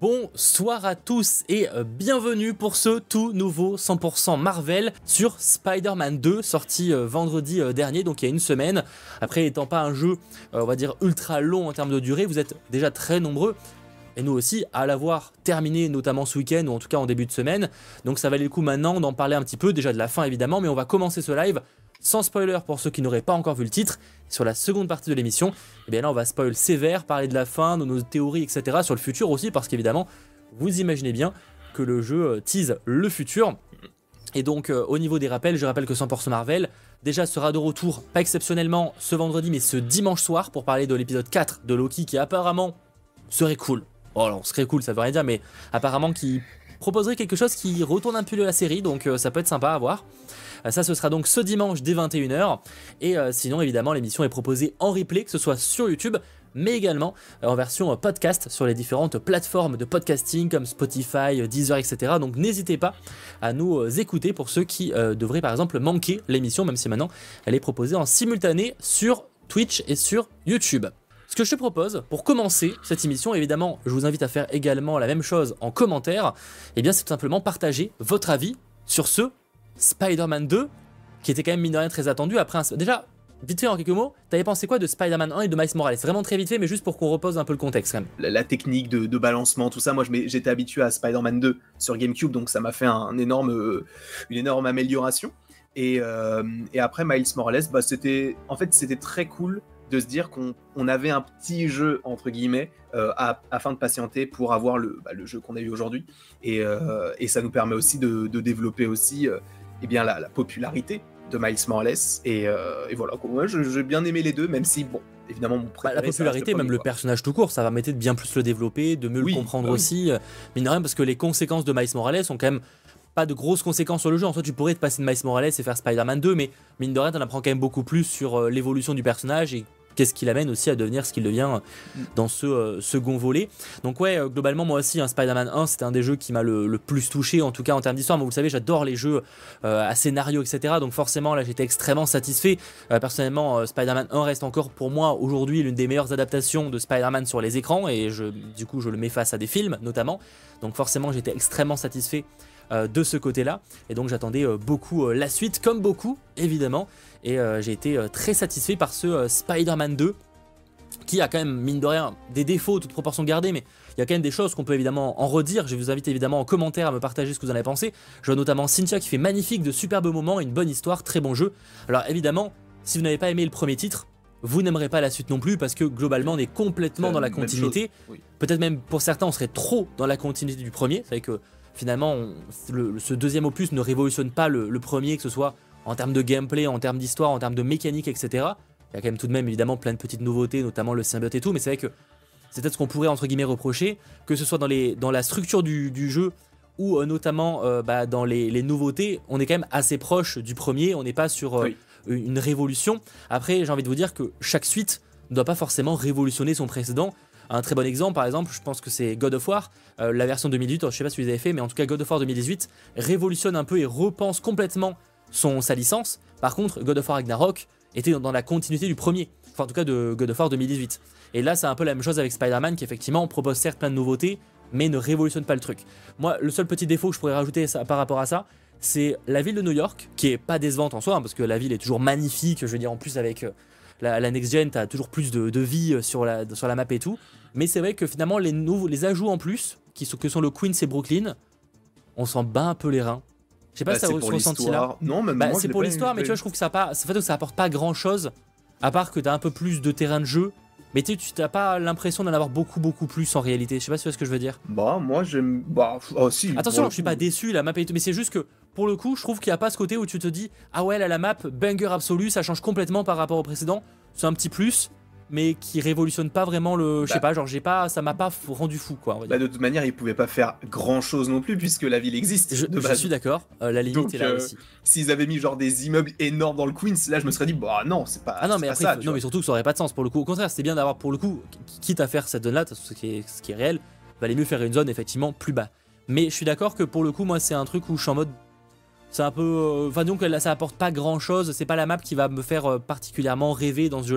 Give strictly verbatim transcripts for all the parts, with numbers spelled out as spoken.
Bonsoir à tous et bienvenue pour ce tout nouveau cent pour cent Marvel sur Spider-Man deux, sorti vendredi dernier, donc il y a une semaine. Après, étant pas un jeu, on va dire, ultra long en termes de durée, vous êtes déjà très nombreux, et nous aussi, à l'avoir terminé, notamment ce week-end, ou en tout cas en début de semaine. Donc ça valait le coup maintenant d'en parler un petit peu, déjà de la fin évidemment, mais on va commencer ce live sans spoiler pour ceux qui n'auraient pas encore vu le titre. Sur la seconde partie de l'émission, et bien là on va spoil sévère, parler de la fin, de nos théories, et cetera. Sur le futur aussi, parce qu'évidemment, vous imaginez bien que le jeu tease le futur. Et donc euh, au niveau des rappels, je rappelle que cent pour cent Marvel déjà sera de retour, pas exceptionnellement ce vendredi, mais ce dimanche soir, pour parler de l'épisode quatre de Loki, qui apparemment serait cool. Oh alors, serait cool, ça veut rien dire, mais apparemment qui proposerait quelque chose qui retourne un peu de la série, donc euh, ça peut être sympa à voir. Ça, ce sera donc ce dimanche dès vingt et une heures. Et euh, sinon, évidemment, l'émission est proposée en replay, que ce soit sur YouTube, mais également euh, en version euh, podcast sur les différentes plateformes de podcasting comme Spotify, Deezer, et cetera. Donc n'hésitez pas à nous euh, écouter pour ceux qui euh, devraient par exemple manquer l'émission, même si maintenant elle est proposée en simultané sur Twitch et sur YouTube. Ce que je te propose pour commencer cette émission, évidemment, je vous invite à faire également la même chose en commentaire, et bien c'est tout simplement partager votre avis sur ce Spider-Man deux, qui était quand même mine de rien très attendu. Après un... Déjà, vite fait en quelques mots, t'avais pensé quoi de Spider-Man un et de Miles Morales? Vraiment très vite fait, mais juste pour qu'on repose un peu le contexte quand même. La, la technique de, de balancement, tout ça, moi j'étais habitué à Spider-Man deux sur GameCube, donc ça m'a fait un énorme, euh, une énorme amélioration. Et, euh, et après Miles Morales, bah, c'était, en fait c'était très cool de se dire qu'on on avait un petit jeu, entre guillemets, euh, à, afin de patienter pour avoir le, bah, le jeu qu'on a eu aujourd'hui. Et, euh, et ça nous permet aussi de, de développer aussi euh, eh bien, la, la popularité de Miles Morales. Et, euh, et voilà, moi j'ai bien aimé les deux, même si, bon, évidemment, mon préféré, bah, la popularité, le même quoi. Le personnage tout court, ça va permettre de bien plus le développer, de mieux oui, le comprendre bah oui. aussi. Mine de rien, parce que les conséquences de Miles Morales sont quand même pas de grosses conséquences sur le jeu. En soi, tu pourrais te passer de Miles Morales et faire Spider-Man deux, mais mine de rien, t'en apprends quand même beaucoup plus sur l'évolution du personnage et qu'est-ce qui l'amène aussi à devenir ce qu'il devient dans ce euh, second volet. Donc ouais, euh, globalement, moi aussi, hein, Spider-Man un, c'était un des jeux qui m'a le, le plus touché, en tout cas en termes d'histoire. Moi, vous le savez, j'adore les jeux euh, à scénario, et cetera. Donc forcément, là, j'étais extrêmement satisfait. Euh, personnellement, euh, Spider-Man un reste encore pour moi aujourd'hui l'une des meilleures adaptations de Spider-Man sur les écrans, et je, du coup, je le mets face à des films, notamment. Donc forcément, j'étais extrêmement satisfait euh, de ce côté-là. Et donc, j'attendais euh, beaucoup euh, la suite, comme beaucoup, évidemment. Et euh, j'ai été euh, très satisfait par ce euh, Spider-Man deux, qui a quand même, mine de rien, des défauts, toute proportion gardée, mais il y a quand même des choses qu'on peut évidemment en redire. Je vous invite évidemment en commentaire à me partager ce que vous en avez pensé. Je vois notamment Cynthia qui fait magnifique, de superbes moments, une bonne histoire, très bon jeu. Alors évidemment, si vous n'avez pas aimé le premier titre, vous n'aimerez pas la suite non plus, parce que globalement on est complètement euh, dans la continuité. Oui. Peut-être même pour certains on serait trop dans la continuité du premier. C'est vrai que finalement on, le, ce deuxième opus ne révolutionne pas le, le premier, que ce soit en termes de gameplay, en termes d'histoire, en termes de mécanique, et cetera. Il y a quand même tout de même évidemment plein de petites nouveautés, notamment le symbiote et tout, mais c'est vrai que c'est peut-être ce qu'on pourrait entre guillemets reprocher, que ce soit dans, les, dans la structure du, du jeu ou euh, notamment euh, bah, dans les, les nouveautés, on est quand même assez proche du premier, on n'est pas sur euh, oui. une révolution. Après, j'ai envie de vous dire que chaque suite ne doit pas forcément révolutionner son précédent. Un très bon exemple, par exemple, je pense que c'est God of War, euh, la version deux mille dix-huit, je ne sais pas si vous avez fait, mais en tout cas God of War deux mille dix-huit révolutionne un peu et repense complètement son, sa licence. Par contre, God of War Ragnarok était dans la continuité du premier, enfin en tout cas de God of War deux mille dix-huit. Et là c'est un peu la même chose avec Spider-Man, qui effectivement propose certes plein de nouveautés, mais ne révolutionne pas le truc. Moi, le seul petit défaut que je pourrais rajouter ça, par rapport à ça, c'est la ville de New York, qui est pas décevante en soi, hein, parce que la ville est toujours magnifique, je veux dire en plus avec euh, la, la next-gen, t'as toujours plus de, de vie sur la, sur la map et tout, mais c'est vrai que finalement les, nouveaux, les ajouts en plus, qui sont, que sont le Queens et Brooklyn, on s'en bat un peu les reins. Je sais pas bah, si ça vous ressenti là. Non, même bah, moi, c'est pour l'histoire, mais tu vois, je trouve que ça, pas, ça, fait, ça apporte pas grand chose, à part que t'as un peu plus de terrain de jeu. Mais tu n'as pas l'impression d'en avoir beaucoup beaucoup plus en réalité. Je sais pas si tu vois ce que je veux dire. Bah moi j'aime. Bah oh, si. Attention, bon, je suis pas déçu, la map est... mais c'est juste que pour le coup, je trouve qu'il n'y a pas ce côté où tu te dis ah ouais là la map banger absolu, ça change complètement par rapport au précédent. C'est un petit plus, mais qui révolutionne pas vraiment le. Je sais bah, pas, genre j'ai pas, ça m'a pas rendu fou quoi. On va dire. Bah de toute manière, ils pouvaient pas faire grand chose non plus puisque la ville existe. Je, de je suis d'accord, euh, la limite Donc, est là euh, aussi. S'ils avaient mis genre des immeubles énormes dans le Queens, là je me serais dit bah non, c'est pas. Ah non mais pas après, ça, faut, non mais surtout que ça aurait pas de sens pour le coup. Au contraire, c'est bien d'avoir pour le coup, quitte à faire cette zone là, ce qui est, ce qui est réel, valait mieux faire une zone effectivement plus bas. Mais je suis d'accord que pour le coup, moi c'est un truc où je suis en mode. C'est un peu. Enfin, euh, donc là, ça apporte pas grand chose. C'est pas la map qui va me faire euh, particulièrement rêver dans ce jeu là.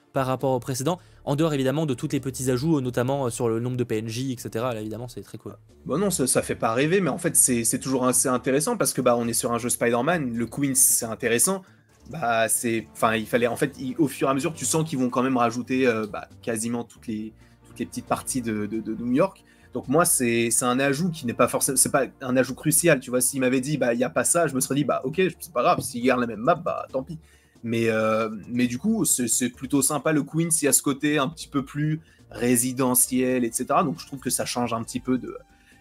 par rapport au précédent, en dehors évidemment de tous les petits ajouts, notamment sur le nombre de P N J, et cetera. Là évidemment c'est très cool. Bon non, ça, ça fait pas rêver, mais en fait c'est toujours assez intéressant parce que bah on est sur un jeu Spider-Man, le Queens c'est intéressant. Bah c'est, enfin il fallait en fait il, au fur et à mesure tu sens qu'ils vont quand même rajouter euh, bah, quasiment toutes les toutes les petites parties de, de, de New York. Donc moi c'est un ajout qui n'est pas forcément, c'est pas un ajout crucial, tu vois. S'il m'avait dit bah il y a pas ça, je me serais dit bah ok c'est pas grave, s'ils gardent la même map bah tant pis. Mais euh, mais du coup c'est plutôt sympa le Queens, il y a ce côté un petit peu plus résidentiel et cetera. Donc je trouve que ça change un petit peu de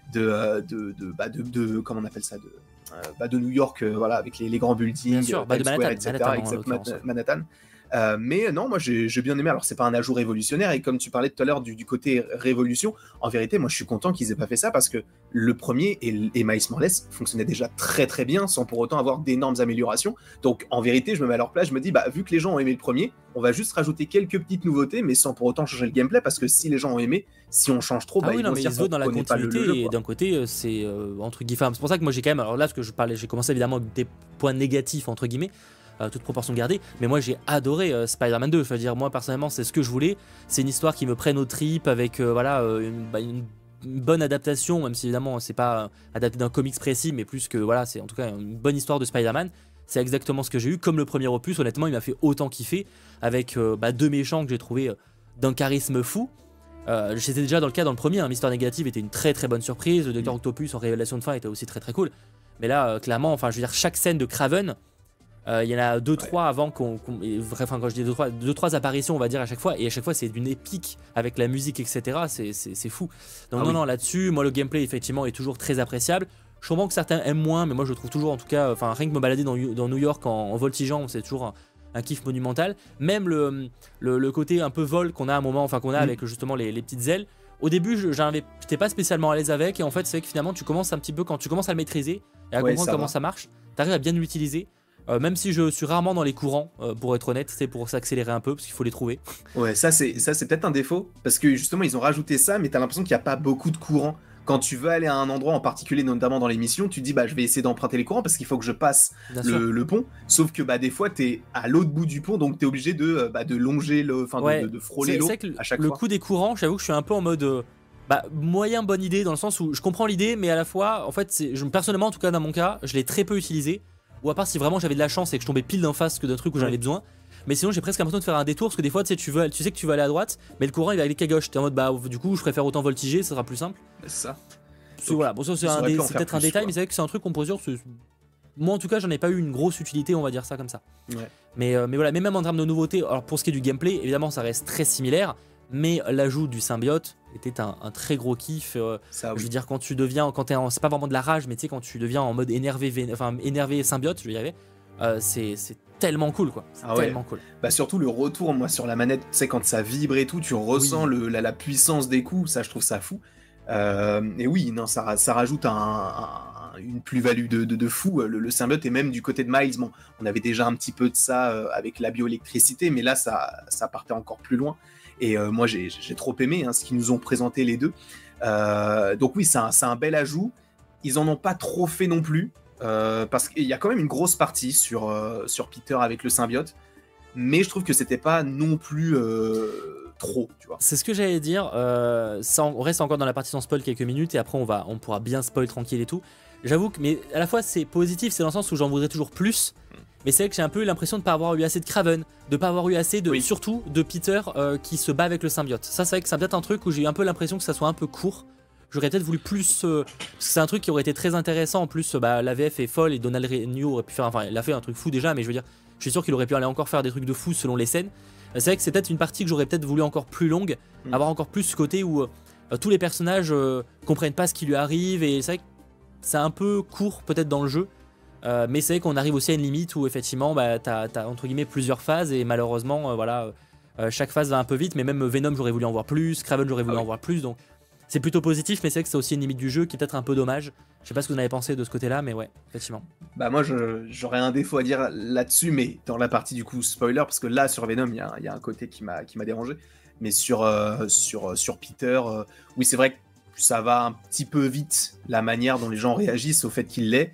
de de de, bah, de, de comment on appelle ça de euh, bah, de New York, euh, voilà avec les, les grands buildings, bien sûr, bah, de Manhattan, et cetera. Manhattan, Manhattan, Manhattan. Euh, mais non, moi j'ai bien aimé. Alors c'est pas un ajout révolutionnaire et comme tu parlais tout à l'heure du, du côté révolution, en vérité moi je suis content qu'ils aient pas fait ça parce que le premier et, et Miles Morales fonctionnaient déjà très très bien sans pour autant avoir d'énormes améliorations. Donc en vérité je me mets à leur place, je me dis bah vu que les gens ont aimé le premier, on va juste rajouter quelques petites nouveautés mais sans pour autant changer le gameplay parce que si les gens ont aimé, si on change trop, ah bah oui, ils non, vont mais se dire ils se veulent dans la continuité jeu, et d'un côté c'est euh, entre guillemets, c'est pour ça que moi j'ai quand même, alors là ce que je parlais, j'ai commencé évidemment avec des points négatifs entre guillemets. Euh, toute proportion gardée, mais moi j'ai adoré euh, Spider-Man deux, je veux dire moi personnellement c'est ce que je voulais, c'est une histoire qui me prenne aux tripes avec euh, voilà euh, une, bah, une, une bonne adaptation, même si évidemment c'est pas euh, adapté d'un comics précis, mais plus que voilà c'est en tout cas une bonne histoire de Spider-Man. C'est exactement ce que j'ai eu, comme le premier opus, honnêtement il m'a fait autant kiffer, avec euh, bah, deux méchants que j'ai trouvé euh, d'un charisme fou. Euh, J'étais déjà dans le cas dans le premier, hein, l'histoire négative était une très très bonne surprise, le Docteur Octopus en révélation de fin était aussi très très cool, mais là euh, clairement, enfin je veux dire chaque scène de Kraven, il euh, y en a deux trois ouais. avant qu'on, qu'on enfin quand je dis deux trois, deux trois apparitions on va dire à chaque fois, et à chaque fois c'est d'une épique avec la musique etc, c'est fou. Donc ah non oui. non là-dessus moi le gameplay effectivement est toujours très appréciable. Je comprends que certains aiment moins, mais moi je le trouve toujours en tout cas, enfin rien que me balader dans, dans New York en, en voltigeant c'est toujours un, un kiff monumental. Même le, le, le côté un peu vol qu'on a à un moment, enfin qu'on a mmh. avec justement les, les petites ailes. Au début je n'étais pas spécialement à l'aise avec, et en fait c'est vrai que finalement tu commences un petit peu, quand tu commences à le maîtriser et à ouais, comprendre ça comment va. ça marche, tu arrives à bien l'utiliser. Euh, même si je suis rarement dans les courants, euh, pour être honnête, c'est pour s'accélérer un peu, parce qu'il faut les trouver. Ouais, ça c'est peut-être un défaut, parce que justement ils ont rajouté ça, mais t'as l'impression qu'il n'y a pas beaucoup de courants. Quand tu veux aller à un endroit en particulier, notamment dans les missions, tu te dis bah je vais essayer d'emprunter les courants parce qu'il faut que je passe le, le pont. Sauf que bah des fois t'es à l'autre bout du pont, donc t'es obligé de, bah, de longer, le, enfin ouais, de, de, de frôler l'eau à chaque le fois. Le coup des courants, j'avoue que je suis un peu en mode euh, bah, moyen bonne idée, dans le sens où je comprends l'idée, mais à la fois, en fait, je, personnellement en tout cas dans mon cas, je l'ai très peu utilisé. Ou à part si vraiment j'avais de la chance et que je tombais pile d'en face que d'un truc où j'en avais besoin. Mais sinon j'ai presque l'impression de faire un détour parce que des fois tu sais, tu, veux, tu sais que tu vas aller à droite, mais le courant il va aller qu'à gauche. T'es en mode bah du coup je préfère autant voltiger, ça sera plus simple. C'est ça. Voilà, bon ça c'est peut-être un détail, quoi. Mais c'est vrai que c'est un truc qu'on peut dire. Moi en tout cas j'en ai pas eu une grosse utilité, on va dire ça comme ça. Ouais. Mais, euh, mais voilà, mais même en termes de nouveautés, alors pour ce qui est du gameplay, évidemment ça reste très similaire. Mais l'ajout du symbiote était un, un très gros kiff. Euh, ça, oui. Je veux dire, quand tu deviens, quand t'es en, c'est pas vraiment de la rage, mais tu sais, quand tu deviens en mode énervé, enfin énervé symbiote, je vais y arriver, euh, c'est tellement cool, quoi. C'est ah ouais. tellement cool. Bah surtout le retour, moi sur la manette, tu sais, quand ça vibre et tout, tu ressens oui. le, la, la puissance des coups, ça je trouve ça fou. Euh, et oui, non, ça, ça rajoute un, un, une plus-value de, de, de fou. Le, le symbiote, et même du côté de Miles, bon, on avait déjà un petit peu de ça euh, avec la bioélectricité, mais là, ça, ça partait encore plus loin. Et euh, moi, j'ai trop aimé hein, ce qu'ils nous ont présenté les deux. Euh, donc oui, c'est un, un bel ajout. Ils en ont pas trop fait non plus, euh, parce qu'il y a quand même une grosse partie sur, euh, sur Peter avec le symbiote. Mais je trouve que c'était pas non plus euh, trop, tu vois. C'est ce que j'allais dire. Euh, ça, on reste encore dans la partie sans spoil quelques minutes, et après on, va, on pourra bien spoil tranquille et tout. J'avoue que, mais à la fois c'est positif, c'est dans le sens où j'en voudrais toujours plus. Mais c'est vrai que j'ai un peu eu l'impression de ne pas avoir eu assez de Kraven, de ne pas avoir eu assez de, oui. surtout de Peter euh, qui se bat avec le symbiote. Ça c'est vrai que c'est peut-être un truc où j'ai eu un peu l'impression que ça soit un peu court. J'aurais peut-être voulu plus, euh, parce que c'est un truc qui aurait été très intéressant. En plus, bah, la V F est folle et Donald Renew aurait pu faire, enfin il a fait un truc fou déjà, mais je veux dire, je suis sûr qu'il aurait pu aller encore faire des trucs de fou selon les scènes. C'est vrai que c'est peut-être une partie que j'aurais peut-être voulu encore plus longue, mmh. avoir encore plus ce côté où euh, tous les personnages euh, comprennent pas ce qui lui arrive, et c'est vrai que c'est un peu court peut-être dans le jeu. Euh, mais c'est vrai qu'on arrive aussi à une limite où effectivement bah, t'as as, entre guillemets plusieurs phases, et malheureusement euh, voilà, euh, chaque phase va un peu vite. Mais même Venom j'aurais voulu en voir plus, Kraven j'aurais voulu ah oui. en voir plus, donc c'est plutôt positif. Mais c'est vrai que c'est aussi une limite du jeu qui est peut-être un peu dommage. Je sais pas ce que vous en avez pensé de ce côté là, mais ouais, effectivement. Bah moi j'aurais un défaut à dire là-dessus, mais dans la partie du coup spoiler, parce que là sur Venom il y, y a un côté qui m'a qui m'a dérangé. Mais sur, euh, sur, sur Peter, euh, oui c'est vrai que ça va un petit peu vite la manière dont les gens réagissent au fait qu'il l'est.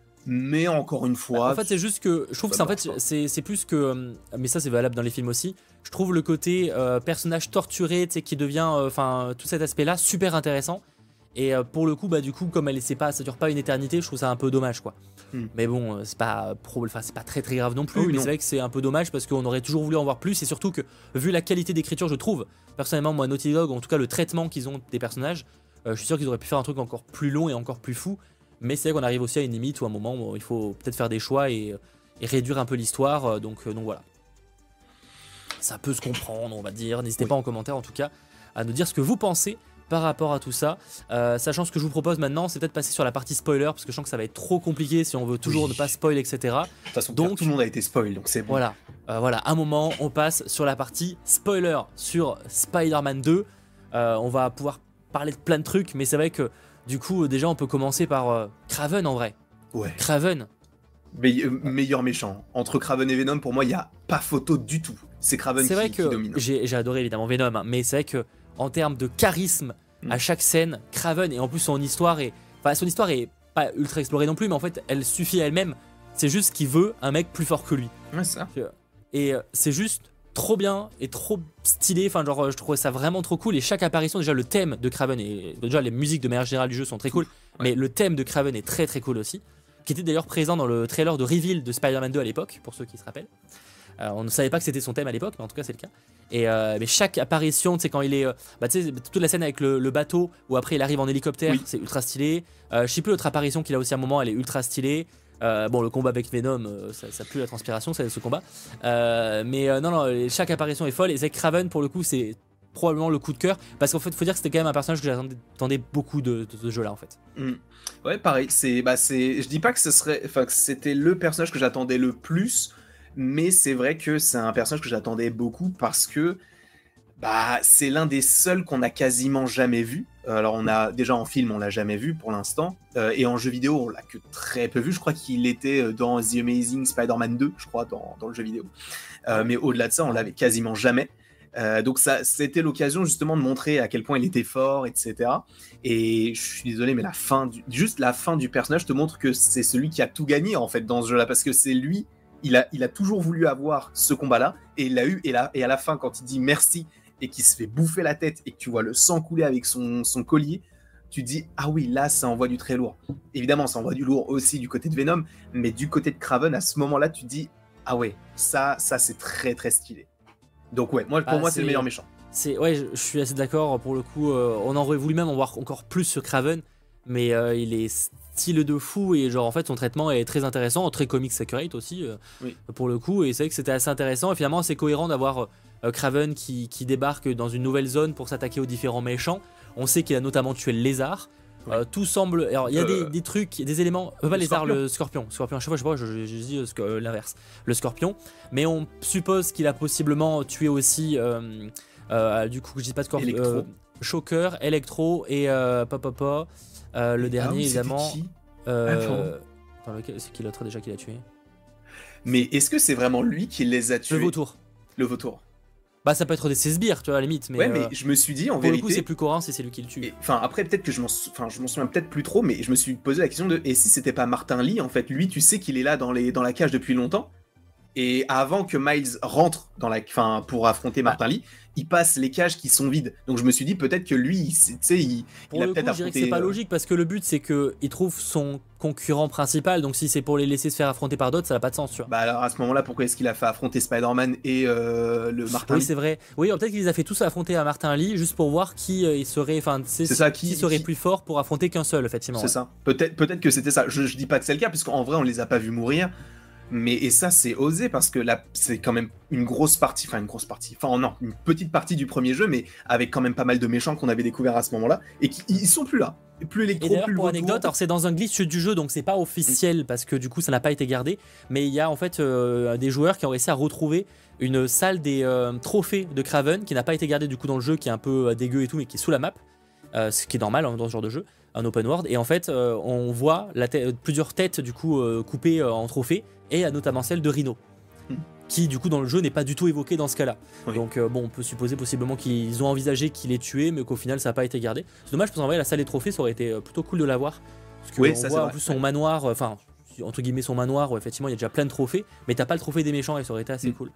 Mais encore une fois... En fait, c'est juste que... Je trouve que c'est en fait, c'est plus que... Mais ça, c'est valable dans les films aussi. Je je trouve le côté euh, personnage torturé, tu sais, qui devient, enfin, euh, tout cet aspect-là super intéressant. Et euh, pour le coup, bah du coup, comme elle, c'est pas, ça dure pas une éternité, je trouve ça un peu dommage, quoi. Mm. Mais bon, euh, c'est pas, enfin, c'est pas très très grave non plus. Oh, oui, mais c'est vrai que c'est un peu dommage parce qu'on aurait toujours voulu en voir plus. Et surtout que, vu la qualité d'écriture, je trouve, personnellement, moi, Naughty Dog, en tout cas le traitement qu'ils ont des personnages, euh, je suis sûr qu'ils auraient pu faire un truc encore plus long et encore plus fou. Mais c'est vrai qu'on arrive aussi à une limite ou à un moment où il faut peut-être faire des choix et, et réduire un peu l'histoire. Donc, euh, donc voilà. Ça peut se comprendre, on va dire. N'hésitez oui. pas en commentaire, en tout cas, à nous dire ce que vous pensez par rapport à tout ça. Euh, sachant ce que je vous propose maintenant, c'est peut-être passer sur la partie spoiler, parce que je sens que ça va être trop compliqué si on veut toujours oui. ne pas spoil, et cetera. De toute façon, donc, tout le monde a été spoil, donc c'est bon. Voilà, euh, voilà, un moment, on passe sur la partie spoiler sur Spider-Man deux. Euh, on va pouvoir parler de plein de trucs, mais c'est vrai que du coup, déjà, on peut commencer par euh, Kraven en vrai. Ouais. Kraven. Me euh, meilleur méchant. Entre Kraven et Venom, pour moi, il n'y a pas photo du tout. C'est Kraven qui, vrai qui que domine. J'ai adoré évidemment Venom, hein, mais c'est vrai que en termes de charisme, mm. à chaque scène, Kraven, et en plus son histoire est. Enfin, son histoire est pas ultra explorée non plus, mais en fait, elle suffit à elle-même. C'est juste qu'il veut un mec plus fort que lui. Ouais, ça. Et euh, c'est juste trop bien et trop stylé. Enfin, genre, je trouvais ça vraiment trop cool. Et chaque apparition, déjà, le thème de Kraven, et déjà, les musiques de manière générale du jeu sont très cool, ouais. mais le thème de Kraven est très très cool aussi. Qui était d'ailleurs présent dans le trailer de Reveal de Spider-Man deux à l'époque, pour ceux qui se rappellent. Euh, on ne savait pas que c'était son thème à l'époque, mais en tout cas c'est le cas. Et euh, mais chaque apparition, tu sais, quand il est, euh, bah, tu sais, toute la scène avec le, le bateau où après il arrive en hélicoptère, oui. c'est ultra stylé. Euh, je sais plus l'autre apparition qu'il a aussi à un moment, elle est ultra stylée. Euh, bon, le combat avec Venom, euh, ça, ça pue la transpiration, c'est ce combat. Euh, mais euh, non, non, chaque apparition est folle. Et Zack Kraven, pour le coup, c'est probablement le coup de cœur, parce qu'en fait, faut dire que c'était quand même un personnage que j'attendais beaucoup de, de ce jeu-là, en fait. Mm. Ouais, pareil. C'est, bah, c'est, je dis pas que ce serait, enfin, que c'était le personnage que j'attendais le plus. Mais c'est vrai que c'est un personnage que j'attendais beaucoup parce que bah, c'est l'un des seuls qu'on a quasiment jamais vu. Alors on a déjà en film, on l'a jamais vu pour l'instant, euh, et en jeu vidéo, on l'a que très peu vu. Je crois qu'il était dans The Amazing Spider-Man deux, je crois, dans, dans le jeu vidéo. Euh, mais au-delà de ça, on l'avait quasiment jamais. Euh, donc ça, c'était l'occasion justement de montrer à quel point il était fort, et cetera. Et je suis désolé, mais la fin, du, juste la fin du personnage te montre que c'est celui qui a tout gagné en fait dans ce jeu-là, parce que c'est lui. Il a, il a toujours voulu avoir ce combat-là, et il l'a eu, et, là, et à la fin, quand il dit merci, et qu'il se fait bouffer la tête, et que tu vois le sang couler avec son, son collier, tu te dis, ah oui, là, ça envoie du très lourd. Évidemment, ça envoie du lourd aussi du côté de Venom, mais du côté de Kraven, à ce moment-là, tu te dis, ah ouais, ça, ça c'est très très stylé. Donc ouais, moi, pour ah, moi, c'est le meilleur méchant. Ouais, je, je suis assez d'accord, pour le coup, euh, on aurait voulu même en voir encore plus sur Kraven, mais euh, il est style de fou, et genre en fait son traitement est très intéressant, très comics accurate aussi euh, oui. pour le coup, et c'est vrai que c'était assez intéressant, et finalement c'est cohérent d'avoir euh, Kraven qui, qui débarque dans une nouvelle zone pour s'attaquer aux différents méchants. On sait qu'il a notamment tué le lézard. Oui. Euh, tout semble, alors il y a euh, des, des trucs, des éléments, euh, pas le lézard, le scorpion, scorpion, à chaque fois je sais pas, je, je, je dis euh, l'inverse, le scorpion, mais on suppose qu'il a possiblement tué aussi euh, euh, du coup je dis pas de scorpion, euh, Shocker, Electro et euh, papa papa. Euh, le dernier, ah oui, évidemment. Euh... C'est qui l'autre déjà qui l'a tué? Mais est-ce que c'est vraiment lui qui les a tués? Le vautour. Le vautour. Bah, ça peut être des ses sbires, tu vois, à la limite. Mais ouais, mais euh... je me suis dit en pour vérité. Pour le coup, c'est plus cohérent si c'est lui qui le tue. Enfin, après, peut-être que je m'en enfin, je m'en souviens peut-être plus trop, mais je me suis posé la question de. Et si c'était pas Martin Lee, en fait, lui, tu sais qu'il est là dans, les... dans la cage depuis longtemps. Et avant que Miles rentre dans la, enfin, pour affronter Martin ah. Lee, il passe les cages qui sont vides. Donc je me suis dit peut-être que lui, tu sais, il, pour il a peut-être affronté. Je dirais que c'est pas logique parce que le but c'est que il trouve son concurrent principal. Donc si c'est pour les laisser se faire affronter par d'autres, ça n'a pas de sens, tu vois. Bah alors à ce moment-là, pourquoi est-ce qu'il a fait affronter Spider-Man et euh, le Martin Oui, Lee? c'est vrai. Oui, peut-être qu'il les a fait tous affronter à Martin Lee juste pour voir qui euh, il serait, enfin, c'est ça, qui, qui serait qui... plus fort pour affronter qu'un seul, effectivement. C'est ouais. ça. Peut-être, peut-être que c'était ça. Je, je dis pas que c'est le cas, puisqu'en vrai, on les a pas vus mourir. Mais et ça c'est osé parce que là c'est quand même une grosse partie, enfin une grosse partie, enfin non, une petite partie du premier jeu, mais avec quand même pas mal de méchants qu'on avait découvert à ce moment-là et qui ils sont plus là, plus Electro, et plus le pour anecdote, alors c'est dans un glitch du jeu donc c'est pas officiel mmh. parce que du coup ça n'a pas été gardé, mais il y a en fait euh, des joueurs qui ont réussi à retrouver une salle des euh, trophées de Kraven qui n'a pas été gardée du coup dans le jeu, qui est un peu euh, dégueu et tout, mais qui est sous la map, euh, ce qui est normal hein, dans ce genre de jeu, un open world, et en fait euh, on voit la tête, plusieurs têtes du coup euh, coupées euh, en trophées. Et notamment celle de Rhino, hmm. qui du coup dans le jeu n'est pas du tout évoqué dans ce cas-là. Oui. Donc euh, bon, on peut supposer possiblement qu'ils ont envisagé qu'il ait tué, mais qu'au final ça n'a pas été gardé. C'est dommage parce qu'en vrai la salle des trophées ça aurait été plutôt cool de l'avoir. Parce que oui, on ça, voit en vrai. plus son ouais. manoir, enfin entre guillemets son manoir où effectivement il y a déjà plein de trophées, mais t'as pas le trophée des méchants et ça aurait été assez hmm. cool.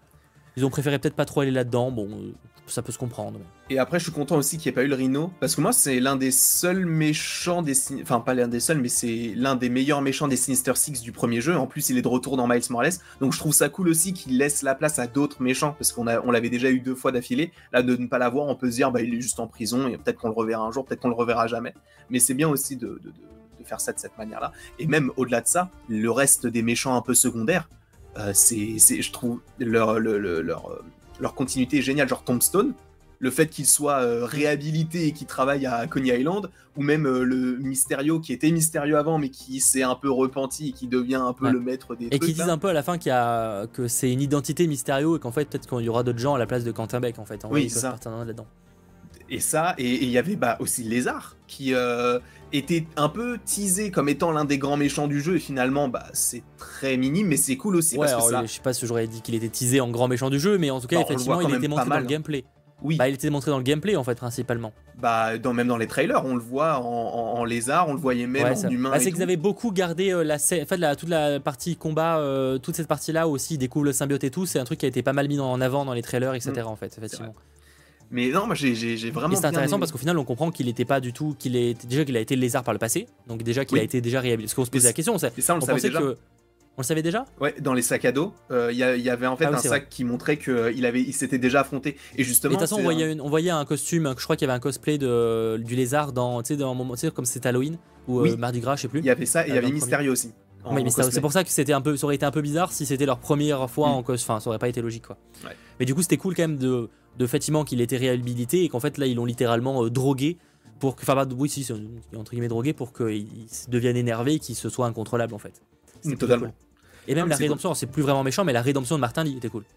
ils ont préféré peut-être pas trop aller là-dedans, bon, euh, ça peut se comprendre. Et après, je suis content aussi qu'il n'y ait pas eu le Rhino, parce que moi, c'est l'un des seuls méchants des... Enfin, pas l'un des seuls, mais c'est l'un des meilleurs méchants des Sinister Six du premier jeu. En plus, il est de retour dans Miles Morales, donc je trouve ça cool aussi qu'il laisse la place à d'autres méchants, parce qu'on a... on l'avait déjà eu deux fois d'affilée. Là, de ne pas l'avoir, on peut se dire, bah, il est juste en prison, et peut-être qu'on le reverra un jour, peut-être qu'on le reverra jamais. Mais c'est bien aussi de, de, de, de faire ça de cette manière-là. Et même au-delà de ça, le reste des méchants un peu secondaires, euh, c'est, c'est, je trouve leur, leur, leur, leur, leur continuité est géniale, genre Tombstone. Le fait qu'il soit euh, réhabilité et qu'il travaille à Coney Island, ou même euh, le Mysterio qui était mystérieux avant mais qui s'est un peu repenti et qui devient un peu ouais. le maître des et trucs. Et qui disent un peu à la fin qu'il y a, que c'est une identité Mysterio et qu'en fait peut-être qu'il y aura d'autres gens à la place de Quentin Beck en fait. En oui, vrai, ça. Là-dedans. Et ça, et il y avait bah, aussi Lézard qui euh, était un peu teasé comme étant l'un des grands méchants du jeu et finalement bah, c'est très minime mais c'est cool aussi. Ouais, parce alors, que ça... je sais pas si j'aurais dit qu'il était teasé en grand méchant du jeu mais en tout cas bah, effectivement il était montré dans le gameplay. Oui. Bah, il était montré dans le gameplay en fait principalement. Bah dans, même dans les trailers on le voit en, en, en lézard, on le voyait même ouais, en humain. Bah, c'est qu'ils avaient beaucoup gardé euh, la, en fait, la, toute la partie combat, euh, toute cette partie là aussi, ils découvrent le symbiote et tout, c'est un truc qui a été pas mal mis en avant dans les trailers, et cetera. Mmh. En fait, effectivement. Mais non, moi j'ai, j'ai, j'ai vraiment. Et c'est intéressant aimé. Parce qu'au final on comprend qu'il était pas du tout, qu'il est déjà qu'il a été lézard par le passé, donc déjà qu'il oui. a été déjà réhabilité. Parce qu'on se posait la question, ça, et ça on, on le savait déjà. Que, on le savait déjà ? Ouais, dans les sacs à dos, il euh, y, y avait en fait ah, oui, un sac vrai. Qui montrait qu'il euh, il s'était déjà affronté. Et justement. Et de toute façon, on voyait, un... Une, on voyait un costume, je crois qu'il y avait un cosplay de, du lézard dans, tu sais, dans un moment, tu sais, comme c'était Halloween ou oui. euh, Mardi Gras, je sais plus. Il y avait ça, et il y avait Mysterio aussi. Oui, mais c'est pour ça que c'était un peu, ça aurait été un peu bizarre si c'était leur première fois mm. en cos, enfin, ça aurait pas été logique quoi. Ouais. Mais du coup, c'était cool quand même de, de effectivement qu'il était réhabilité et qu'en fait là ils l'ont littéralement euh, drogué pour que, enfin, bah, oui, si, entre guillemets drogué pour qu'il devienne énervé et qu'il se soit incontrôlable en fait. Mm, totalement. Cool. Et même non, la rédemption, cool. C'est plus vraiment méchant, mais la rédemption de Martin Lee était cool.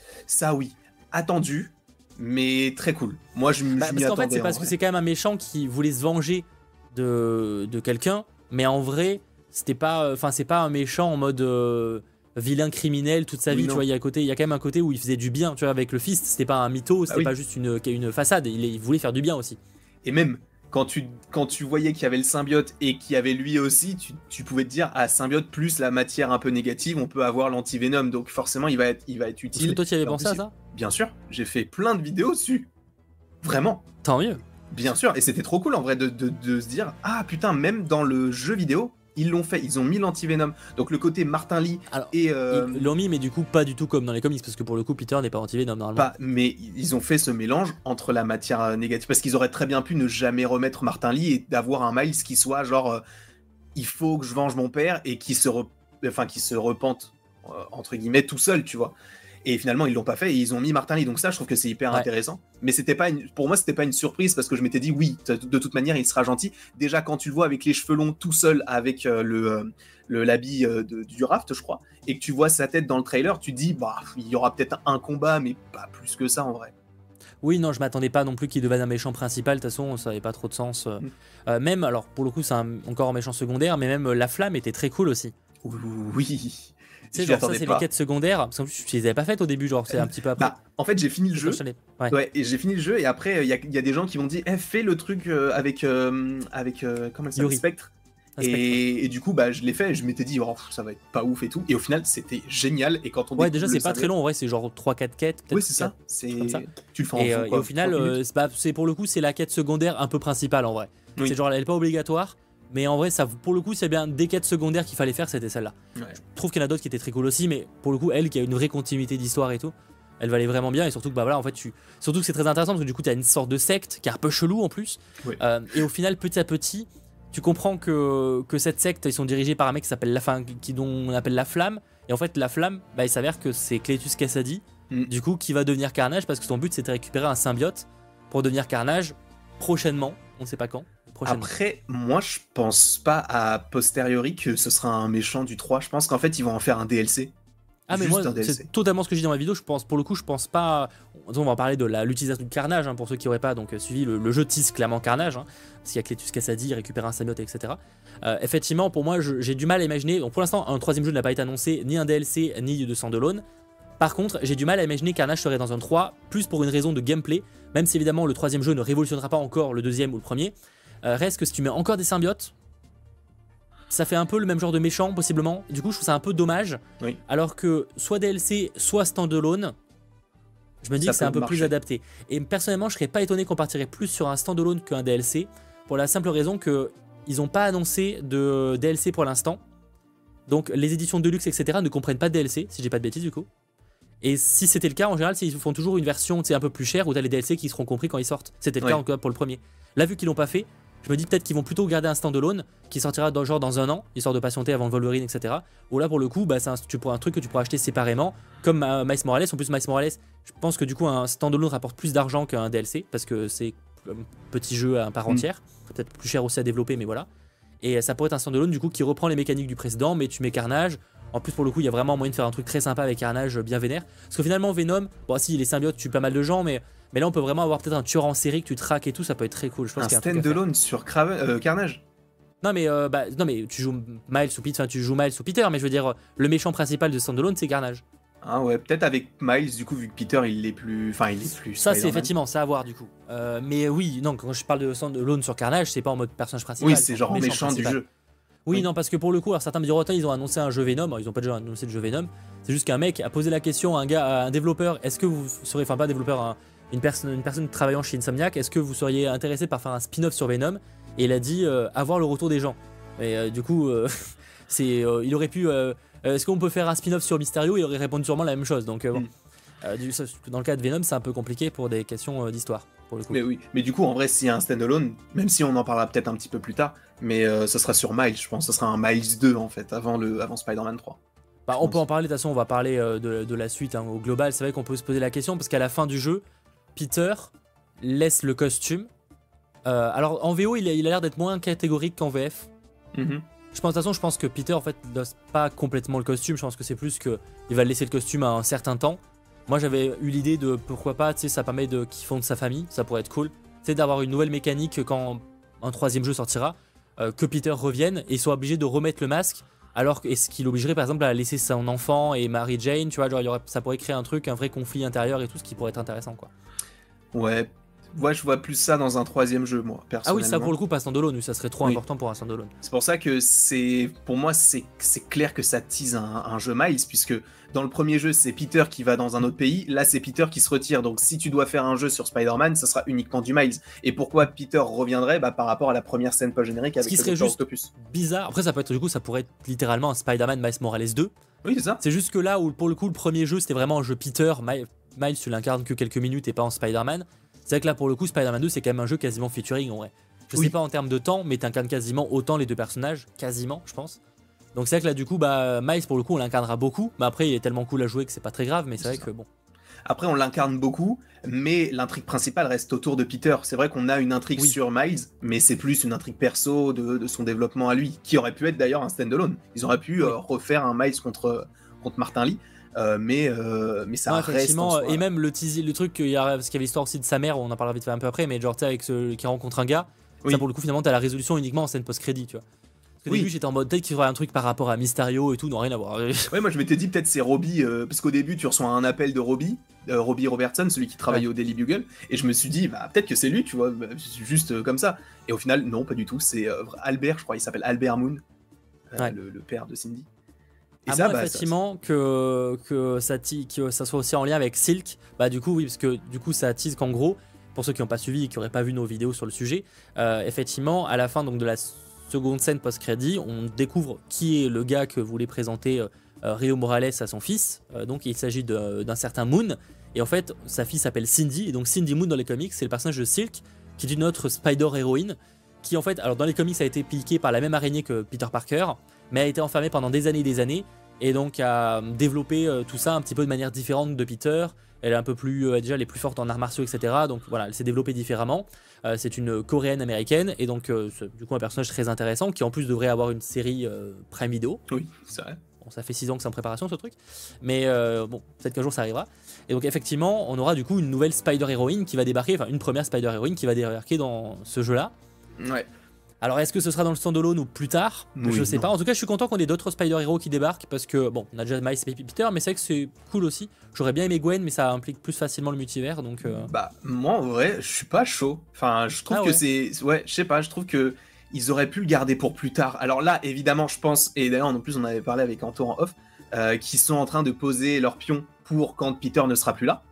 Ça oui, attendu, mais très cool. Moi je, bah, je m'y attendais. Parce qu'en fait, c'est parce que c'est quand même un méchant qui voulait se venger de, de quelqu'un, mais en vrai. C'était pas, enfin c'est pas un méchant en mode euh, vilain criminel toute sa vie, oui, tu vois. Il y a côté, il y a quand même un côté où il faisait du bien, tu vois, avec le fist. C'était pas un mytho, c'était ah, oui. pas juste une, une façade. Il, il voulait faire du bien aussi. Et même quand tu, quand tu voyais qu'il y avait le symbiote et qu'il y avait lui aussi, tu, tu pouvais te dire à symbiote plus la matière un peu négative, on peut avoir l'antivenom. Donc forcément, il va être, il va être utile. Parce que toi, tu y avais pensé à ça ? Bien sûr, j'ai fait plein de vidéos dessus. Vraiment. Tant mieux. Bien sûr, et c'était trop cool en vrai de, de, de se dire ah putain, même dans le jeu vidéo. Ils l'ont fait, ils ont mis l'antivenom. Donc le côté Martin Lee Alors, et... Euh... Ils l'ont mis, mais du coup pas du tout comme dans les comics, parce que pour le coup Peter n'est pas antivenom normalement. Pas, mais ils ont fait ce mélange entre la matière négative, parce qu'ils auraient très bien pu ne jamais remettre Martin Lee et d'avoir un Miles qui soit genre... Euh, il faut que je venge mon père et qui se, re... enfin, qui se repente, euh, entre guillemets, tout seul, tu vois. Et finalement, ils l'ont pas fait et ils ont mis Martin Lee. Donc ça, je trouve que c'est hyper ouais. intéressant. Mais c'était pas une... pour moi, c'était pas une surprise parce que je m'étais dit, oui, de toute manière, il sera gentil. Déjà, quand tu le vois avec les cheveux longs tout seul, avec euh, le, euh, le l'habit euh, de, du raft, je crois, et que tu vois sa tête dans le trailer, tu te dis, bah, il y aura peut-être un combat, mais pas plus que ça en vrai. Oui, non, je m'attendais pas non plus qu'il devienne un méchant principal. De toute façon, ça avait pas trop de sens. Mm. Euh, même, alors, pour le coup, c'est un, encore un méchant secondaire, mais même euh, la flamme était très cool aussi. Oui. Tu sais, genre ça, c'est pas. Les quêtes secondaires. Parce qu'en plus, je les avais pas faites au début, genre, c'est un petit peu après. Bah, en fait, j'ai fini le jeu. Ouais. ouais, et j'ai fini le jeu, et après, il y, y a des gens qui m'ont dit, eh, fais le truc euh, avec. Euh, avec euh, comment elle s'appelle Spectre. Et, Spectre. Et du coup, bah, je l'ai fait, et je m'étais dit, oh, ça va être pas ouf et tout. Et au final, c'était génial. Et quand on ouais, déjà, c'est pas très long, en vrai, c'est genre trois quatre quêtes. Oui, c'est ça. C'est comme ça. Tu le fais en et, fond, euh, quoi, et au final, euh, c'est bah, pour le coup, c'est la quête secondaire un peu principale, en vrai. Oui. C'est genre, elle est pas obligatoire. Mais en vrai, ça, pour le coup, c'est bien des quêtes secondaires qu'il fallait faire, c'était celle-là. Ouais. Je trouve qu'il y en a d'autres qui étaient très cool aussi, mais pour le coup, elle qui a une vraie continuité d'histoire et tout, elle valait vraiment bien. Et surtout que bah voilà, en fait, tu, surtout que c'est très intéressant parce que du coup, tu as une sorte de secte qui est un peu chelou en plus. Oui. Euh, et au final, petit à petit, tu comprends que, que cette secte, ils sont dirigés par un mec qui s'appelle la, fin, qui dont on appelle la Flamme. Et en fait, la Flamme, bah, il s'avère que c'est Cletus Kasady, mm. du coup, qui va devenir Carnage parce que son but, c'est de récupérer un symbiote pour devenir Carnage prochainement. On ne sait pas quand. Après, moi, je pense pas à posteriori que ce sera un méchant du trois. Je pense qu'en fait, ils vont en faire un D L C. Ah, mais moi, c'est totalement ce que je dis dans ma vidéo. Je pense, pour le coup, je pense pas. On va parler de l'utilisation du Carnage, hein, pour ceux qui n'auraient pas donc suivi le, le jeu tease clairement Carnage, hein, parce qu'il y a Cletus Kasady, il récupère un symbiote, et cetera. Euh, effectivement, pour moi, j'ai du mal à imaginer. Donc, pour l'instant, un troisième jeu n'a pas été annoncé, ni un D L C, ni de standalone. Par contre, j'ai du mal à imaginer Carnage serait dans un trois, plus pour une raison de gameplay, même si évidemment le troisième jeu ne révolutionnera pas encore le deuxième ou le premier. Euh, reste que si tu mets encore des symbiotes, ça fait un peu le même genre de méchant possiblement. Du coup, je trouve ça un peu dommage. Oui. Alors que soit D L C, soit standalone, Je me dis Ça que c'est peut un peu marcher. plus adapté. Et personnellement, je serais pas étonné qu'on partirait plus sur un standalone qu'un D L C, pour la simple raison que ils n'ont pas annoncé de D L C pour l'instant. Donc les éditions de luxe, et cetera ne comprennent pas de D L C, si j'ai pas de bêtises du coup. Et si c'était le cas, en général, ils font toujours une version un peu plus chère où tu as les D L C qui seront compris quand ils sortent. C'était le Ouais. cas en tout cas pour le premier. Là, vu qu'ils l'ont pas fait, je me dis peut-être qu'ils vont plutôt garder un standalone qui sortira dans, genre dans un an, histoire de patienter avant le Wolverine, et cetera. Ou là, pour le coup, bah, c'est un, tu pourras, un truc que tu pourras acheter séparément, comme euh, Miles Morales. En plus, Miles Morales, je pense que du coup, un standalone rapporte plus d'argent qu'un D L C, parce que c'est un petit jeu à part entière. Mm. Peut-être plus cher aussi à développer, mais voilà. Et ça pourrait être un standalone du coup qui reprend les mécaniques du précédent, mais tu mets Carnage. En plus, pour le coup, il y a vraiment moyen de faire un truc très sympa avec Carnage bien vénère. Parce que finalement, Venom, bon, si les symbiotes tuent pas mal de gens, mais, mais là, on peut vraiment avoir peut-être un tueur en série que tu traques et tout, ça peut être très cool. Je pense Un qu'il y a un truc à faire. stand-alone sur Craven, euh, Carnage. Non, mais, euh, bah, non, mais tu joues Miles ou Peter, enfin, tu joues Miles ou Peter, mais je veux dire, le méchant principal de standalone, c'est Carnage. Ah ouais, peut-être avec Miles, du coup, vu que Peter, il est plus. Enfin, il est plus. Ça, c'est Spider-Man. effectivement, ça à voir du coup. Euh, mais oui, non, quand je parle de standalone sur Carnage, c'est pas en mode personnage principal. Oui, c'est genre méchant, méchant du jeu. Oui, oui, non, parce que pour le coup, alors certains me diront, attends, ils ont annoncé un jeu Venom, alors, ils ont pas déjà annoncé le jeu Venom, c'est juste qu'un mec a posé la question à un gars, à un développeur, est-ce que vous seriez, enfin pas un développeur, un, une, personne, une personne travaillant chez Insomniac, est-ce que vous seriez intéressé par faire un spin-off sur Venom? Et il a dit, euh, avoir le retour des gens. Et euh, du coup, euh, c'est, euh, il aurait pu, euh, est-ce qu'on peut faire un spin-off sur Mysterio? Il aurait répondu sûrement la même chose, donc euh, bon. Mm. Euh, du, dans le cas de Venom, c'est un peu compliqué pour des questions euh, d'histoire. Pour le coup. Mais oui, mais du coup, en vrai, s'il y a un standalone, même si on en parlera peut-être un petit peu plus tard, mais euh, ça sera sur Miles, je pense, ça sera un Miles deux en fait, avant, le, avant Spider-Man trois. Bah, on peut en parler, de toute façon, on va parler euh, de, de la suite hein, au global. C'est vrai qu'on peut se poser la question parce qu'à la fin du jeu, Peter laisse le costume. Euh, alors en V O, il a l'air d'être moins catégorique qu'en V F. Mm-hmm. Je pense, de toute façon, je pense que Peter en fait n'ose pas complètement le costume. Je pense que c'est plus que il va laisser le costume à un certain temps. Moi, j'avais eu l'idée de pourquoi pas, tu sais, ça permet de qu'ils fondent sa famille, ça pourrait être cool. Tu sais, d'avoir une nouvelle mécanique quand un troisième jeu sortira, euh, que Peter revienne et soit obligé de remettre le masque. Alors est-ce qu'il obligerait par exemple à laisser son enfant et Mary Jane, tu vois, genre il y aurait, ça pourrait créer un truc, un vrai conflit intérieur et tout, ce qui pourrait être intéressant, quoi. Ouais. Ouais, je vois plus ça dans un troisième jeu, moi, personnellement. Ah oui, ça pour le coup, pas standalone, ça serait trop oui. important pour un standalone. C'est pour ça que c'est, pour moi, c'est clair que ça tease un, un jeu Miles, puisque dans le premier jeu, c'est Peter qui va dans un autre pays, là, c'est Peter qui se retire. Donc, si tu dois faire un jeu sur Spider-Man, ça sera uniquement du Miles. Et pourquoi Peter reviendrait? Bah, par rapport à la première scène post-générique avec ce qui le serait juste Octopus. Bizarre. Après, ça peut être, du coup, ça pourrait être littéralement un Spider-Man Miles Morales deux. Oui, c'est ça. C'est juste que là, où pour le coup, le premier jeu, c'était vraiment un jeu Peter, Miles, tu l'incarnes que quelques minutes et pas en Spider-Man. C'est vrai que là, pour le coup, Spider-Man deux, c'est quand même un jeu quasiment featuring en vrai. Je oui. sais pas en termes de temps, mais t'incarnes quasiment autant les deux personnages, quasiment, je pense. Donc c'est vrai que là, du coup, bah, Miles, pour le coup, on l'incarnera beaucoup. Mais après, il est tellement cool à jouer que c'est pas très grave, mais c'est vrai ça. que bon. Après, on l'incarne beaucoup, mais l'intrigue principale reste autour de Peter. C'est vrai qu'on a une intrigue oui. sur Miles, mais c'est plus une intrigue perso de, de son développement à lui, qui aurait pu être d'ailleurs un standalone. Ils auraient pu oui. euh, refaire un Miles contre, contre Martin Lee. Euh, mais, euh, mais ça ouais, reste en soi. Et même le teasing, le truc, il y a, parce qu'il y avait l'histoire aussi de sa mère, on en parlera vite fait un peu après, mais genre tu sais avec ce qui rencontre un gars, oui. ça pour le coup finalement t'as la résolution uniquement en scène post-crédit, tu vois. Parce qu'au oui. début j'étais en mode peut-être qu'il y aurait un truc par rapport à Mysterio et tout, non rien à voir. Ouais, moi je m'étais dit peut-être c'est Robbie, euh, parce qu'au début tu reçois un appel de Robbie, euh, Robbie Robertson, celui qui travaillait ouais. au Daily Bugle, et je me suis dit bah peut-être que c'est lui, tu vois, bah, juste euh, comme ça. Et au final non, pas du tout, c'est euh, Albert, je crois, il s'appelle Albert Moon, euh, ouais. le, le père de Cindy. Et à ça, moins, bah, effectivement, ça, que, que, ça que ça soit aussi en lien avec Silk, bah du coup, oui, parce que du coup, ça tease qu'en gros, pour ceux qui n'ont pas suivi et qui n'auraient pas vu nos vidéos sur le sujet, euh, effectivement, à la fin donc, de la seconde scène post-crédit, on découvre qui est le gars que voulait présenter euh, Rio Morales à son fils. Euh, donc, il s'agit d'un certain Moon. Et en fait, sa fille s'appelle Cindy. Et donc, Cindy Moon dans les comics, c'est le personnage de Silk, qui est une autre Spider-héroïne, qui en fait, alors dans les comics, a été piquée par la même araignée que Peter Parker, mais a été enfermée pendant des années et des années. Et donc a développé euh, tout ça un petit peu de manière différente de Peter. Elle est un peu plus, euh, déjà elle est plus forte en arts martiaux, et cetera. Donc voilà, elle s'est développée différemment. Euh, c'est une coréenne américaine et donc euh, du coup un personnage très intéressant qui en plus devrait avoir une série euh, Prime Video. Oui, c'est vrai. Bon, ça fait six ans que c'est en préparation ce truc, mais euh, bon, peut-être qu'un jour ça arrivera. Et donc effectivement, on aura du coup une nouvelle Spider-héroïne qui va débarquer, enfin une première Spider-héroïne qui va débarquer dans ce jeu-là. Ouais. Alors est-ce que ce sera dans le standalone ou plus tard? Oui, je sais non. pas. En tout cas, je suis content qu'on ait d'autres Spider-Héros qui débarquent parce que bon, on a déjà Miles et Peter, mais c'est vrai que c'est cool aussi. J'aurais bien aimé Gwen, mais ça implique plus facilement le multivers, donc. Euh... Bah moi en vrai, je suis pas chaud. Enfin, je trouve ah, que ouais. c'est, ouais, je sais pas, je trouve que ils auraient pu le garder pour plus tard. Alors là, évidemment, je pense, et d'ailleurs en plus on avait parlé avec Anto en off, euh, qui sont en train de poser leur pion pour quand Peter ne sera plus là.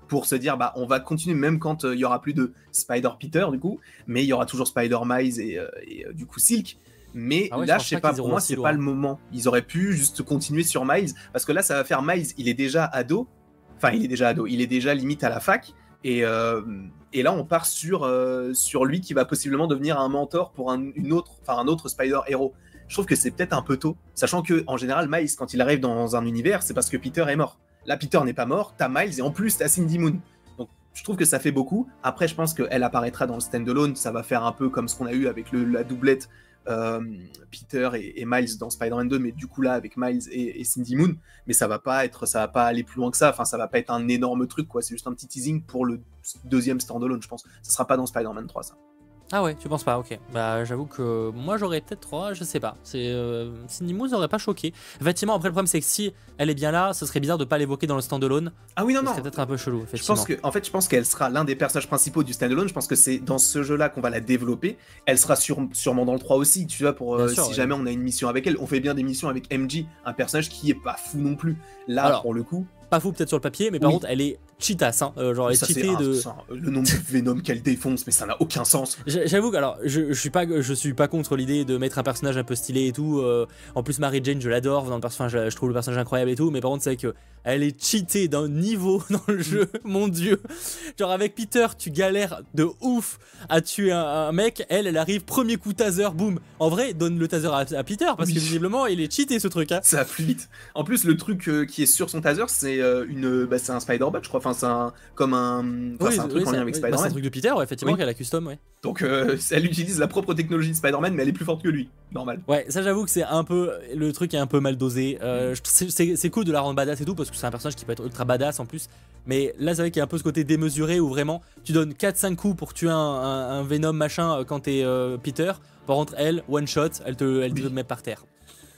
pour se dire bah on va continuer même quand il euh, y aura plus de Spider-Peter du coup, mais il y aura toujours Spider-Miles et, euh, et euh, du coup Silk. Mais ah ouais, là, je, je sais pas, pour moi, c'est pas le moment. Ils auraient pu juste continuer sur Miles, parce que là, ça va faire Miles, il est déjà ado. Enfin, il est déjà ado, il est déjà limite à la fac. Et, euh, et là, on part sur, euh, sur lui qui va possiblement devenir un mentor pour un, une autre, enfin, un autre Spider-Héros. Je trouve que c'est peut-être un peu tôt, sachant que en général, Miles, quand il arrive dans un univers, c'est parce que Peter est mort. Là, Peter n'est pas mort, t'as Miles, et en plus, t'as Cindy Moon. Donc, je trouve que ça fait beaucoup. Après, je pense qu'elle apparaîtra dans le stand-alone, ça va faire un peu comme ce qu'on a eu avec le, la doublette Euh, Peter et, et Miles dans Spider-Man deux, mais du coup là avec Miles et, et Cindy Moon, mais ça va pas être, ça va pas aller plus loin que ça. Enfin, ça va pas être un énorme truc, quoi. C'est juste un petit teasing pour le deuxième standalone, je pense. Ça sera pas dans Spider-Man trois, ça. Ah ouais, tu penses pas, ok. Bah j'avoue que moi j'aurais peut-être trois, je sais pas. C'est euh, Cindy Moon n'aurait pas choqué. Effectivement, après le problème c'est que si elle est bien là, ce serait bizarre de pas l'évoquer dans le standalone. Ah oui non ce non. serait peut-être un peu chelou. Effectivement. Je pense que, en fait, je pense qu'elle sera l'un des personnages principaux du standalone. Je pense que c'est dans ce jeu-là qu'on va la développer. Elle sera sur, sûrement dans le trois aussi, tu vois, pour euh, sûr, si ouais. jamais on a une mission avec elle. On fait bien des missions avec M J, un personnage qui est pas fou non plus. Là, alors, pour le coup. Pas fou peut-être sur le papier, mais par oui. contre elle est cheatasse, hein. euh, genre elle est cheatée de. Un, le nombre de Venom qu'elle défonce, mais ça n'a aucun sens. J'avoue que alors je, je suis pas je suis pas contre l'idée de mettre un personnage un peu stylé et tout. Euh, en plus Mary Jane je l'adore dans le personnage, je, je trouve le personnage incroyable et tout, mais par contre c'est que elle est cheatée d'un niveau dans le jeu, mon dieu. Genre avec Peter tu galères de ouf à tuer un, un mec, elle elle arrive premier coup taser, boum. En vrai donne le taser à, à Peter parce oui. que visiblement il est cheaté ce truc. Hein. Ça va plus vite. En plus le truc euh, qui est sur son taser c'est euh, une bah, c'est un Spider-Bot je crois, enfin c'est un comme un, enfin, oui, c'est un truc oui, en lien avec oui, Spider-Man. Bah, c'est un truc de Peter ouais, effectivement oui. qu'elle a custom ouais. Donc euh, elle utilise la propre technologie de Spider-Man mais elle est plus forte que lui, normal. Ouais ça j'avoue que c'est un peu, le truc est un peu mal dosé, euh, mm. c'est cool de la rendre badass et tout parce que c'est un personnage qui peut être ultra badass en plus, mais là c'est vrai qu'il y a un peu ce côté démesuré où vraiment tu donnes quatre cinq coups pour tuer un, un, un Venom machin quand t'es euh, Peter, par contre elle, one shot, elle te, elle te oui. met par terre.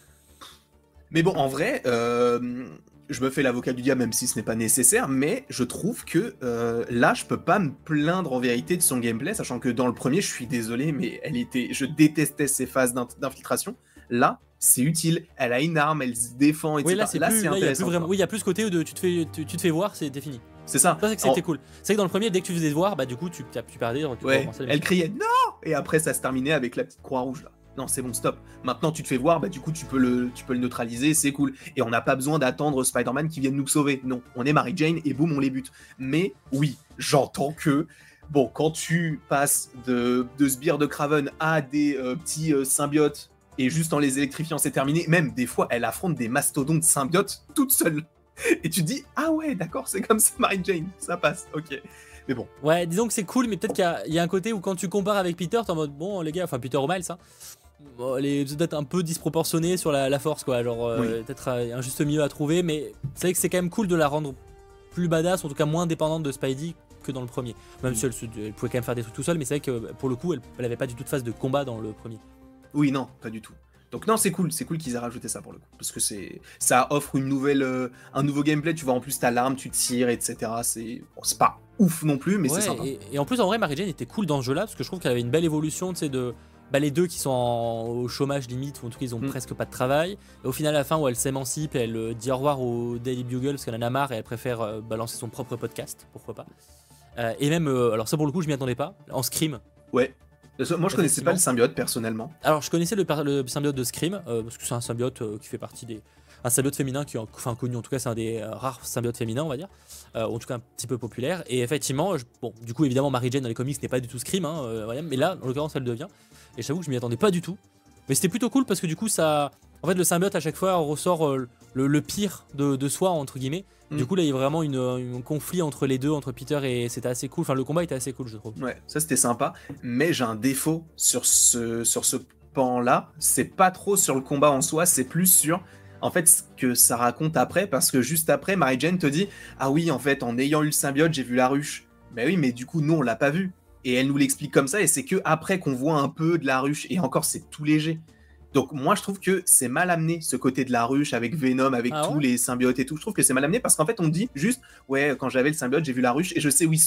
Mais bon en vrai, euh... je me fais l'avocat du diable même si ce n'est pas nécessaire, mais je trouve que euh, là je peux pas me plaindre en vérité de son gameplay, sachant que dans le premier je suis désolé mais elle était, je détestais ses phases d'infiltration. Là c'est utile, elle a une arme, elle se défend, et cetera. Oui là c'est intéressant. Plus vraiment... Oui il y a plus ce côté où de, tu, te fais, tu, tu te fais voir, c'est fini. C'est ça. Ça c'est que c'était en... cool. C'est que dans le premier dès que tu faisais voir, bah du coup tu, tu perdais. Tu ouais, elle criait non et après ça se terminait avec la petite croix rouge là. Non, c'est bon, stop. Maintenant, tu te fais voir, bah du coup, tu peux le, tu peux le neutraliser, c'est cool. Et on n'a pas besoin d'attendre Spider-Man qui vienne nous sauver. Non, on est Mary Jane et boum, on les bute. Mais oui, j'entends que, bon, quand tu passes de, de sbires de Kraven à des euh, petits euh, symbiotes, et juste en les électrifiant, c'est terminé, même des fois, elle affronte des mastodontes symbiotes toute seule. Et tu te dis, ah ouais, d'accord, c'est comme ça, Mary Jane, ça passe, ok. Mais bon. Ouais, disons que c'est cool, mais peut-être qu'il y, y a un côté où quand tu compares avec Peter, t'es en mode, bon, les gars, enfin Peter ou Miles, hein. Bon, elle est peut-être un peu disproportionnée sur la, la force quoi, genre euh, oui. peut-être un juste milieu à trouver, mais c'est vrai que c'est quand même cool de la rendre plus badass, en tout cas moins dépendante de Spidey que dans le premier, même oui. si elle, elle pouvait quand même faire des trucs tout seul, mais c'est vrai que pour le coup elle, elle avait pas du tout de phase de combat dans le premier. Oui non, pas du tout. Donc non c'est cool, c'est cool qu'ils aient rajouté ça pour le coup, parce que c'est ça offre une nouvelle, euh, un nouveau gameplay, tu vois en plus t'as l'arme, tu tires, et cetera. C'est bon, c'est pas ouf non plus, mais ouais, c'est sympa. Et, et en plus en vrai Mary Jane était cool dans ce jeu là, parce que je trouve qu'elle avait une belle évolution, tu sais, de bah, les deux qui sont en, au chômage limite, ou en tout cas ils ont mm. presque pas de travail, et au final à la fin où elle s'émancipe et elle euh, dit au revoir au Daily Bugle parce qu'elle en a marre et elle préfère euh, balancer son propre podcast, pourquoi pas. Euh, et même, euh, alors ça pour le coup je m'y attendais pas, en Scream. Ouais. Moi je connaissais pas le symbiote personnellement. Alors je connaissais le, le symbiote de Scream, euh, parce que c'est un symbiote euh, qui fait partie des... Un symbiote féminin qui est enfin, connu, en tout cas c'est un des euh, rares symbiotes féminins on va dire, euh, en tout cas un petit peu populaire, et effectivement, je, bon du coup évidemment Mary Jane dans les comics n'est pas du tout Scream, hein, euh, ouais, mais là en l'occurrence elle devient, et j'avoue que je m'y attendais pas du tout, mais c'était plutôt cool parce que du coup ça... En fait le symbiote à chaque fois ressort euh, le, le pire de, de soi entre guillemets, mm. du coup là il y a vraiment une, un conflit entre les deux, entre Peter et c'était assez cool, enfin le combat était assez cool je trouve. Ouais, ça c'était sympa, mais j'ai un défaut sur ce, sur ce pan là, c'est pas trop sur le combat en soi, c'est plus sur... En fait, ce que ça raconte après, parce que juste après, Mary Jane te dit « Ah oui, en fait, en ayant eu le symbiote, j'ai vu la ruche. » Mais oui, mais du coup, nous, on l'a pas vu. Et elle nous l'explique comme ça, et c'est que après qu'on voit un peu de la ruche, et encore, c'est tout léger. Donc moi, je trouve que c'est mal amené, ce côté de la ruche, avec Venom, avec ah tous ouais les symbiotes et tout. Je trouve que c'est mal amené, parce qu'en fait, on dit juste « Ouais, quand j'avais le symbiote, j'ai vu la ruche, et je sais où ils sont. »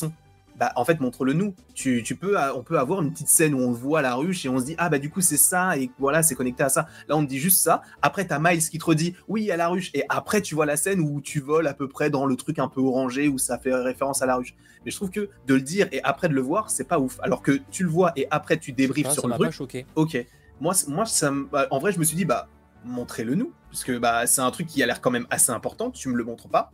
bah en fait montre-le nous. Tu, tu peux, on peut avoir une petite scène où on le voit à la ruche et on se dit ah bah du coup c'est ça et voilà c'est connecté à ça. Là on te dit juste ça. Après t'as Miles qui te redit oui à la ruche et après tu vois la scène où tu voles à peu près dans le truc un peu orangé où ça fait référence à la ruche. Mais je trouve que de le dire et après de le voir c'est pas ouf. Alors que tu le vois et après tu débriefes ah, sur ça le m'a truc. pas choqué. Ok. Moi moi ça bah, en vrai je me suis dit bah montrez-le nous parce que bah c'est un truc qui a l'air quand même assez important. Tu me le montres pas.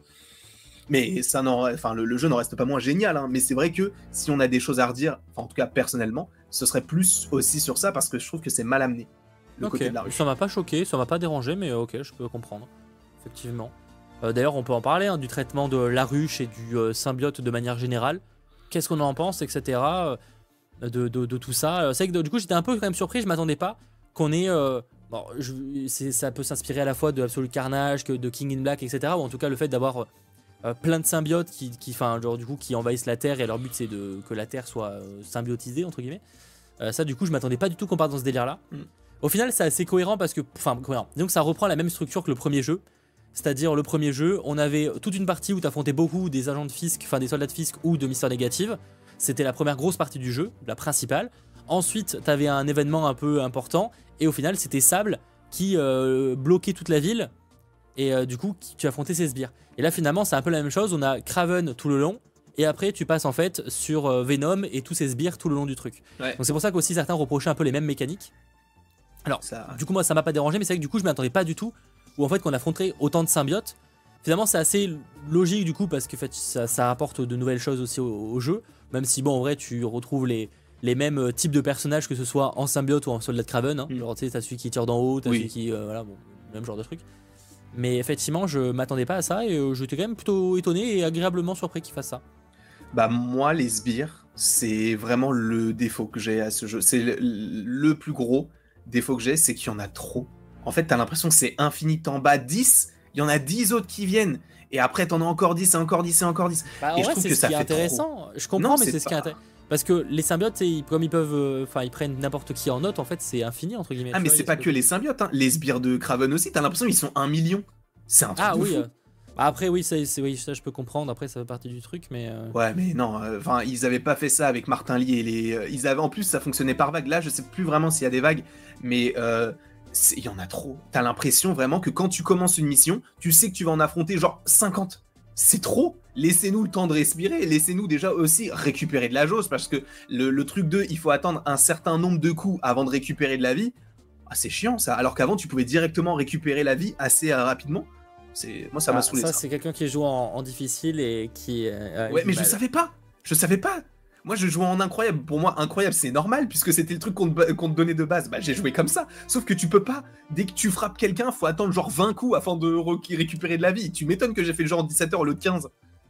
Mais ça enfin, le, le jeu n'en reste pas moins génial, hein. Mais c'est vrai que si on a des choses à redire, enfin, en tout cas personnellement, ce serait plus aussi sur ça parce que je trouve que c'est mal amené, le okay. côté de la ruche. Ça m'a pas choqué, ça m'a pas dérangé, mais ok, je peux comprendre, effectivement. Euh, D'ailleurs, on peut en parler hein, du traitement de la ruche et du euh, symbiote de manière générale. Qu'est-ce qu'on en pense, et cetera. Euh, de, de, de tout ça. C'est vrai que du coup, j'étais un peu quand même surpris, je m'attendais pas qu'on ait... Euh, bon, je, ça peut s'inspirer à la fois de Absolute Carnage, que de King in Black, et cetera. Ou en tout cas, le fait d'avoir... Euh, plein de symbiotes qui, qui, enfin, genre, du coup, qui envahissent la Terre et leur but c'est de, que la Terre soit euh, symbiotisée entre guillemets. Euh, ça du coup je m'attendais pas du tout qu'on parte dans ce délire là. Mm. Au final c'est assez cohérent parce que, enfin cohérent, donc ça reprend la même structure que le premier jeu. C'est-à-dire le premier jeu, on avait toute une partie où tu affrontais beaucoup des agents de Fisk, enfin des soldats de Fisk ou de Mister Négative. C'était la première grosse partie du jeu, la principale. Ensuite tu avais un événement un peu important et au final c'était Sable qui euh, bloquait toute la ville. Et euh, du coup, tu affrontais ces sbires. Et là, finalement, c'est un peu la même chose. On a Kraven tout le long. Et après, tu passes en fait sur euh, Venom et tous ces sbires tout le long du truc. Ouais. Donc, c'est pour ça qu'aussi certains reprochaient un peu les mêmes mécaniques. Alors, ça... du coup, moi, ça m'a pas dérangé. Mais c'est vrai que du coup, je m'attendais pas du tout. Ou en fait, qu'on affronterait autant de symbiotes. Finalement, c'est assez logique du coup. Parce que en fait, ça, ça apporte de nouvelles choses aussi au, au jeu. Même si, bon, en vrai, tu retrouves les. les mêmes types de personnages que ce soit en symbiote ou en soldat de Kraven. Hein. Mm. Genre, tu sais, t'as celui qui tire d'en haut, t'as oui. celui qui. Euh, voilà, bon, même genre de truc. Mais effectivement, je m'attendais pas à ça et euh, j'étais quand même plutôt étonné et agréablement surpris qu'il fasse ça. Bah moi, les sbires, c'est vraiment le défaut que j'ai à ce jeu. C'est le, le plus gros défaut que j'ai, c'est qu'il y en a trop. En fait, t'as l'impression que c'est infini. T'en bas dix, il y en a dix autres qui viennent. Et après, t'en as encore dix et encore dix et encore dix. Bah, et en je vrai, trouve c'est que ce ça qui est fait intéressant. Trop. Je comprends, non, mais c'est, c'est ce pas... qui est intéressant. Parce que les symbiotes, comme ils peuvent, enfin, ils prennent n'importe qui en note. En fait, c'est infini entre guillemets. Ah, mais vois, c'est pas que les symbiotes. Hein. Les sbires de Kraven aussi. T'as l'impression qu'ils sont un million. C'est un truc ah, de oui, fou. Euh... Après oui ça, c'est, oui, ça je peux comprendre, après ça fait partie du truc mais... Euh... Ouais mais non, enfin euh, ils avaient pas fait ça avec Martin Lee et les... Euh, ils avaient, en plus ça fonctionnait par vagues, là je sais plus vraiment s'il y a des vagues, mais euh, il y en a trop. T'as l'impression vraiment que quand tu commences une mission, tu sais que tu vas en affronter genre cinquante. C'est trop. Laissez-nous le temps de respirer, laissez-nous déjà aussi récupérer de la jauge, parce que le, le truc de il faut attendre un certain nombre de coups avant de récupérer de la vie, ah, c'est chiant ça, alors qu'avant tu pouvais directement récupérer la vie assez euh, rapidement. C'est... Moi ça ah, m'a saoulé ça. Ça c'est quelqu'un qui joue en, en difficile et qui... Euh, ouais mais mal. je savais pas, je savais pas. Moi je jouais en incroyable, pour moi incroyable c'est normal puisque c'était le truc qu'on te, qu'on te donnait de base, bah j'ai joué comme ça. Sauf que tu peux pas, dès que tu frappes quelqu'un, faut attendre genre vingt coups afin de re- récupérer de la vie. Tu m'étonnes que j'ai fait le genre dix-sept heures le quinze.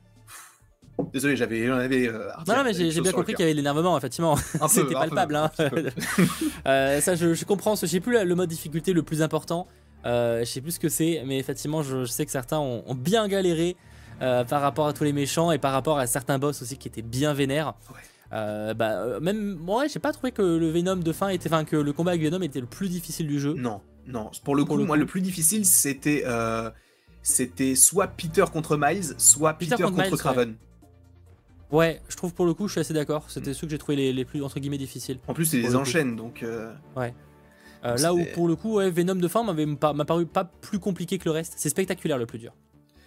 Désolé, j'avais, j'en avais. Euh, non, non, mais j'ai, j'ai bien compris qu'il y avait l'énervement, effectivement. Un C'était peu, palpable. Un peu, hein. euh, ça, je, je comprends. Je sais plus le mode difficulté le plus important. Euh, je sais plus ce que c'est, mais effectivement, je, je sais que certains ont, ont bien galéré euh, par rapport à tous les méchants et par rapport à certains boss aussi qui étaient bien vénères. Ouais. Euh, bah, même moi, ouais, j'ai pas trouvé que le Venom de fin était, enfin que le combat avec Venom était le plus difficile du jeu. Non, non. Pour le coup, pour le moi, coup. le plus difficile, c'était, euh, c'était soit Peter contre Miles, soit Peter, Peter contre, contre Miles, Kraven. Ouais. Ouais, je trouve pour le coup, je suis assez d'accord. C'était mmh. ceux que j'ai trouvé les, les plus entre guillemets difficiles. En plus, c'est les enchaînes, donc. Euh... Ouais. Euh, là où pour le coup, ouais, Venom de fin m'avait m'a paru pas plus compliqué que le reste. C'est spectaculaire le plus dur.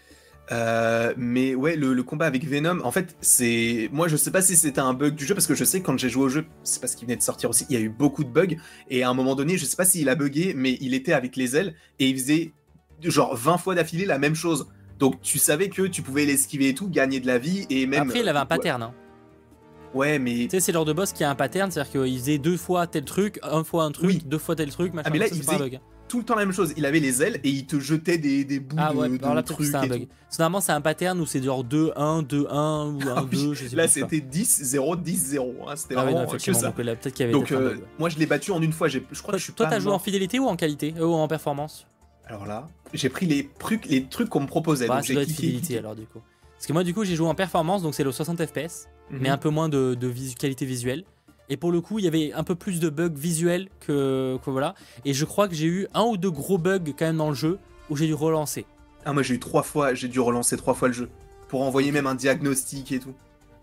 Euh, mais ouais, le, le combat avec Venom, en fait, c'est. Moi, je sais pas si c'était un bug du jeu parce que je sais que quand j'ai joué au jeu, c'est parce qu'il venait de sortir aussi. Il y a eu beaucoup de bugs et à un moment donné, je sais pas s'il a bugué, mais il était avec les ailes et il faisait genre vingt fois d'affilée la même chose. Donc tu savais que tu pouvais l'esquiver et tout, gagner de la vie et même... Après il avait un pattern. Hein. Ouais mais... Tu sais c'est le genre de boss qui a un pattern, c'est-à-dire qu'il faisait deux fois tel truc, un fois un truc, oui. deux fois tel truc, machin. Ah mais là ça, il faisait bug. Tout le temps la même chose, il avait les ailes et il te jetait des, des bouts ah, de, ouais, de alors là, trucs c'est un bug. Normalement c'est un pattern où c'est genre deux un, deux un ou un deux, oui. je sais Là plus c'était dix zéro, dix zéro, hein. C'était ah, vraiment oui, non, que ça. Donc, là, peut-être qu'il y avait donc euh, moi je l'ai battu en une fois, j'ai... je crois toi, que je suis toi pas t'as joué en fidélité ou en qualité euh, ou en performance? Alors là, j'ai pris les trucs, les trucs qu'on me proposait. Bah, donc ça doit être fidélité alors du coup. Parce que moi du coup j'ai joué en performance, donc c'est le soixante F P S, mm-hmm. mais un peu moins de, de visu- qualité visuelle. Et pour le coup il y avait un peu plus de bugs visuels que, que voilà. Et je crois que j'ai eu un ou deux gros bugs quand même dans le jeu où j'ai dû relancer. Ah moi j'ai eu trois fois, j'ai dû relancer trois fois le jeu. Pour envoyer même un diagnostic et tout.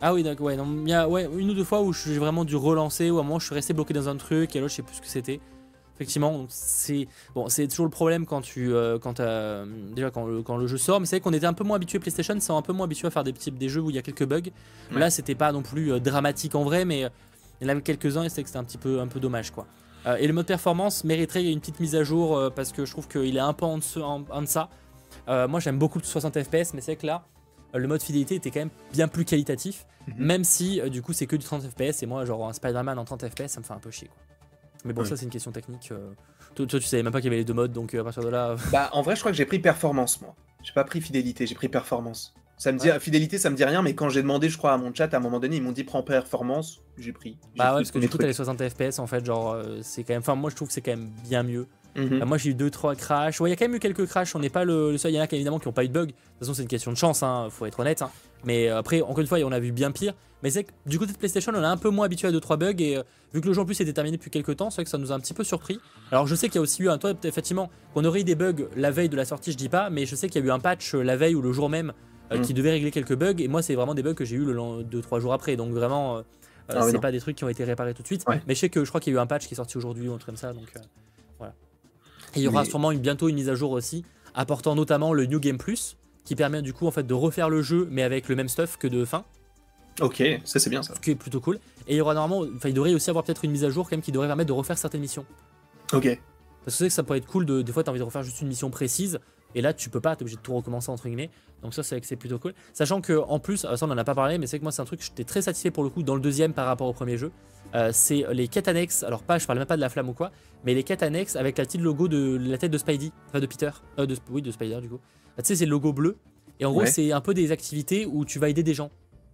Ah oui, d'accord, ouais, il y a ouais, une ou deux fois où j'ai vraiment dû relancer, ou à un moment je suis resté bloqué dans un truc, et là je sais plus ce que c'était. Effectivement, c'est bon, c'est toujours le problème quand tu, euh, quand as, déjà quand le, quand le jeu sort, mais c'est vrai qu'on était un peu moins habitué PlayStation, c'est un peu moins habitué à faire des petits des jeux où il y a quelques bugs. Ouais. Là, c'était pas non plus euh, dramatique en vrai, mais euh, il y en avait quelques-uns et c'est que c'était un petit peu, un peu dommage quoi. Euh, et le mode performance mériterait une petite mise à jour euh, parce que je trouve qu'il est un peu en, dessous, en, en deçà. Euh, moi, j'aime beaucoup le soixante F P S, mais c'est que là, euh, le mode fidélité était quand même bien plus qualitatif, mm-hmm. même si euh, du coup c'est que du trente F P S et moi, genre un Spider-Man en trente F P S, ça me fait un peu chier quoi. Mais bon, oui. Ça c'est une question technique. Euh... Toi, toi, tu savais même pas qu'il y avait les deux modes, donc euh, à partir de là. Bah, en vrai, je crois que j'ai pris performance, moi. J'ai pas pris fidélité, j'ai pris performance. Ça me dit, ouais. Fidélité, ça me dit rien, mais quand j'ai demandé, je crois, à mon chat, à un moment donné, ils m'ont dit prends performance, j'ai pris. Bah ouais, parce que du coup, t'as les soixante F P S, en fait, genre, euh, c'est quand même. Enfin, moi, je trouve que c'est quand même bien mieux. Mm-hmm. Euh, moi, j'ai eu deux trois crashs. Ouais, il y a quand même eu quelques crashs, on n'est pas le, le seul. Il y en a évidemment qui n'ont pas eu de bug. De toute façon, c'est une question de chance, hein, faut être honnête. Hein. Mais euh, après, encore une fois, on a vu bien pire. Mais c'est que du côté de PlayStation, on est un peu moins habitué à deux trois bugs. Et euh, vu que le jeu en plus était terminé depuis quelques temps, c'est vrai que ça nous a un petit peu surpris. Alors, je sais qu'il y a aussi eu un. Toi, effectivement, qu'on aurait eu des bugs la veille de la sortie, je dis pas. Mais je sais qu'il y a eu un patch euh, la veille ou le jour même euh, mm. qui devait régler quelques bugs. Et moi, c'est vraiment des bugs que j'ai eu le deux trois jours après. Donc, vraiment, euh, ah, euh, c'est oui, pas des trucs qui ont été réparés tout de suite. Ouais. Mais je sais que je crois qu'il y a eu un patch qui est sorti aujourd'hui ou un truc comme ça. Donc, euh, voilà. Et il y aura mais... sûrement une, bientôt une mise à jour aussi, apportant notamment le New Game Plus, qui permet du coup en fait de refaire le jeu, mais avec le même stuff que de fin. Ok, ça c'est bien ça. Ce qui est plutôt cool. Et il y aura normalement, enfin il devrait aussi avoir peut-être une mise à jour quand même qui devrait permettre de refaire certaines missions. Ok. Parce que c'est que ça pourrait être cool, de, des fois t'as envie de refaire juste une mission précise, et là tu peux pas, t'es obligé de tout recommencer entre guillemets. Donc ça c'est que c'est plutôt cool. Sachant que en plus, ça on en a pas parlé, mais c'est que moi c'est un truc que j'étais très satisfait pour le coup dans le deuxième par rapport au premier jeu. Euh, c'est les quêtes annexes, alors pas, je parle même pas de la flamme ou quoi, mais les quêtes annexes avec la petite logo de la tête de Spidey, enfin de Peter, euh, de, oui de Spider du coup. Ah, tu sais c'est le logo bleu, et en ouais. gros c'est un peu des activités où tu vas aider des gens.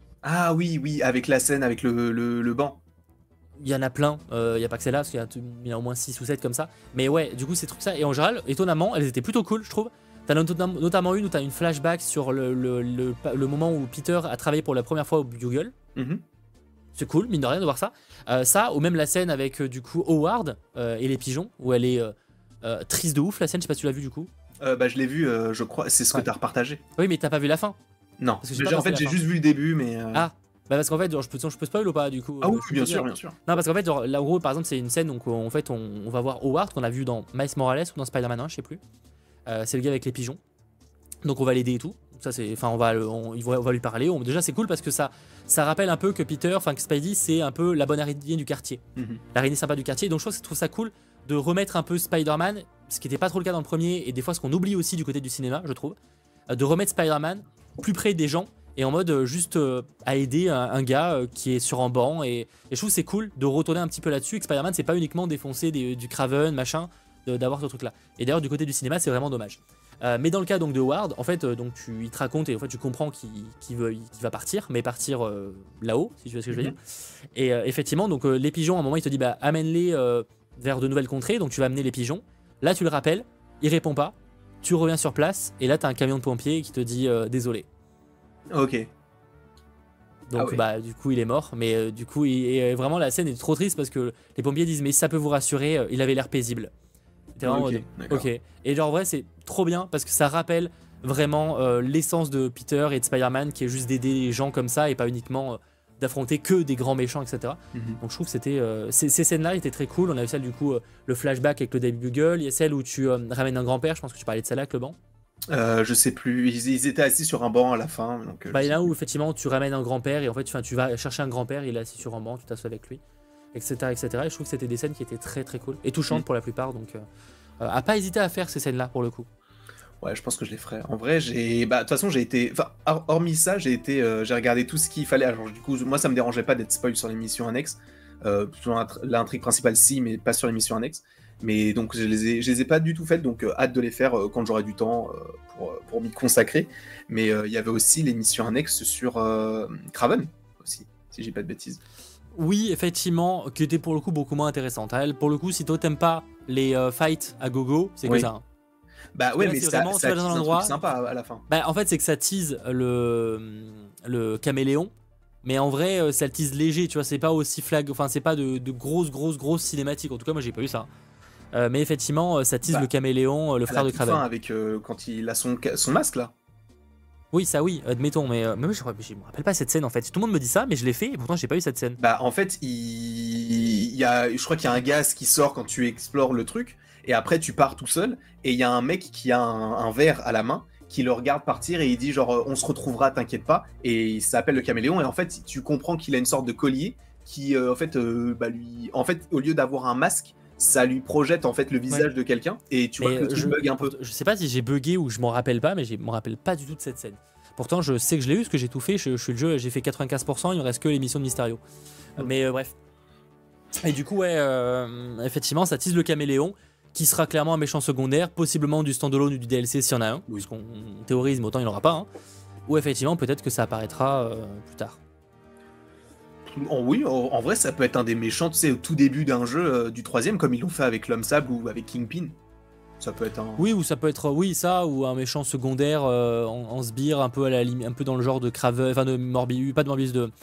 Ah oui, oui, avec la scène, avec le, le, le banc. Il y en a plein, il euh, n'y a pas que celle-là, parce qu'il y, y en a au moins six ou sept comme ça. Mais ouais, du coup c'est trucs ça, et en général, étonnamment, elles étaient plutôt cool je trouve. T'as notamment une où t'as une flashback sur le, le, le, le moment où Peter a travaillé pour la première fois au Bugle. Mm-hmm. C'est cool, mine de rien de voir ça. Euh, ça, ou même la scène avec euh, du coup Howard euh, et les pigeons, où elle est euh, euh, triste de ouf la scène, je sais pas si tu l'as vu du coup. Euh, bah je l'ai vu, euh, je crois, c'est ce ouais. que t'as repartagé. Oui mais t'as pas vu la fin. Non, parce que en fait j'ai juste vu le début mais... Euh... Ah, bah parce qu'en fait, genre, je, peux, je peux spoil ou pas du coup. Ah oui, euh, bien sûr, dire. bien sûr. Non parce qu'en fait, genre, là en gros par exemple c'est une scène où en fait on, on va voir Howard qu'on a vu dans Miles Morales ou dans Spider-Man un, je sais plus. Euh, c'est le gars avec les pigeons. Donc on va l'aider et tout. Ça c'est, enfin on va, on, on va lui parler. On, déjà c'est cool parce que ça, ça rappelle un peu que Peter, enfin que Spidey c'est un peu la bonne araignée du quartier, mm-hmm. l'araignée sympa du quartier. Donc je trouve ça cool de remettre un peu Spider-Man, ce qui n'était pas trop le cas dans le premier et des fois ce qu'on oublie aussi du côté du cinéma, je trouve, de remettre Spider-Man plus près des gens et en mode euh, juste euh, à aider un, un gars euh, qui est sur un banc et, et je trouve c'est cool de retourner un petit peu là-dessus. Que Spider-Man c'est pas uniquement défoncer des, du Kraven machin, d'avoir ce truc là. Et d'ailleurs du côté du cinéma c'est vraiment dommage. Euh, mais dans le cas donc de Howard, en fait, euh, donc tu, il te raconte et en fait tu comprends qu'il qu'il veut, qu'il va partir, mais partir euh, là-haut, si tu vois ce que je veux dire. Et euh, effectivement, donc euh, les pigeons, à un moment, il te dit bah amène-les euh, vers de nouvelles contrées, donc tu vas amener les pigeons. Là, tu le rappelles, il répond pas, tu reviens sur place et là t'as un camion de pompiers qui te dit euh, désolé. Ok. Donc ah oui. bah du coup il est mort, mais euh, du coup il, et, vraiment la scène est trop triste parce que les pompiers disent mais si ça peut vous rassurer, euh, il avait l'air paisible. Vraiment, ok, ok. Et genre en vrai c'est trop bien parce que ça rappelle vraiment euh, l'essence de Peter et de Spider-Man qui est juste d'aider les gens comme ça et pas uniquement euh, d'affronter que des grands méchants, et cetera. Mm-hmm. Donc je trouve que c'était euh, ces, ces scènes-là étaient très cool. On a eu celle du coup euh, le flashback avec le Daily Bugle, il y a celle où tu euh, ramènes un grand-père. Je pense que tu parlais de celle-là avec le banc. Euh, je sais plus, ils, ils étaient assis sur un banc à la fin. Donc, euh, bah il y en a où effectivement tu ramènes un grand-père et en fait tu, tu vas chercher un grand-père, il est assis sur un banc, tu t'assois avec lui, et cetera, et cetera. Et je trouve que c'était des scènes qui étaient très très cool et touchantes mm. pour la plupart. Donc euh, Euh, à pas hésiter à faire ces scènes là pour le coup. Ouais, je pense que je les ferai. En vrai, j'ai bah de toute façon, j'ai été enfin hormis ça, j'ai été euh, j'ai regardé tout ce qu'il fallait. Alors du coup, moi ça me dérangeait pas d'être spoil sur les missions annexes. Euh sur l'intrigue principale si, mais pas sur les missions annexes. Mais donc je les ai je les ai pas du tout faites, donc euh, hâte de les faire euh, quand j'aurai du temps euh, pour pour m'y consacrer. Mais il euh, y avait aussi les missions annexes sur euh, Kraven aussi, si j'ai pas de bêtises. Oui, effectivement, qui était pour le coup beaucoup moins intéressante. Elle, pour le coup, si toi t'aimes pas les euh, fights à gogo, c'est oui. que ça. Hein. Bah ouais, mais ça, vraiment, ça tease un truc sympa à la fin. Bah en fait, c'est que ça tease le le caméléon, mais en vrai, ça le tease léger, tu vois. C'est pas aussi flag, enfin c'est pas de, de grosses grosses grosses cinématiques. En tout cas, moi j'ai pas eu ça. Euh, mais effectivement, ça tease bah, le caméléon, le frère de Kraven. Avec euh, quand il a son son masque là. Oui, ça oui, admettons, mais, euh, mais oui, je, je me rappelle pas cette scène en fait. Tout le monde me dit ça, mais je l'ai fait et pourtant j'ai pas eu cette scène. Bah en fait, il, il y a, je crois qu'il y a un gaz qui sort quand tu explores le truc, et après tu pars tout seul, et il y a un mec qui a un, un verre à la main, qui le regarde partir et il dit genre on se retrouvera, t'inquiète pas, et il s'appelle le caméléon, et en fait tu comprends qu'il a une sorte de collier qui euh, en fait, euh, bah lui, en fait au lieu d'avoir un masque, ça lui projette en fait le visage ouais. de quelqu'un, et tu vois mais que le truc je, bug un peu. Je sais pas si j'ai bugué ou je m'en rappelle pas, mais je m'en rappelle pas du tout de cette scène. Pourtant, je sais que je l'ai eu parce que j'ai tout fait. Je, je suis le jeu, j'ai fait quatre-vingt-quinze pour cent. Il me reste que l'émission de Mysterio. Mm. Mais euh, bref. Et du coup, ouais, euh, effectivement, ça tease le caméléon, qui sera clairement un méchant secondaire, possiblement du standalone ou du D L C s'il y en a un. Oui. Parce qu'on théorise, mais autant il n'y en aura pas. Hein. Ou effectivement, peut-être que ça apparaîtra euh, plus tard. Oh oui, en vrai, ça peut être un des méchants, tu sais, au tout début d'un jeu euh, du troisième, comme ils l'ont fait avec l'Homme Sable ou avec Kingpin. Ça peut être un... Oui, ou ça peut être, oui, ça, ou un méchant secondaire euh, en, en sbire, un peu à la limite, un peu dans le genre de Kraven, enfin de Morbius, pas de Morbius, de,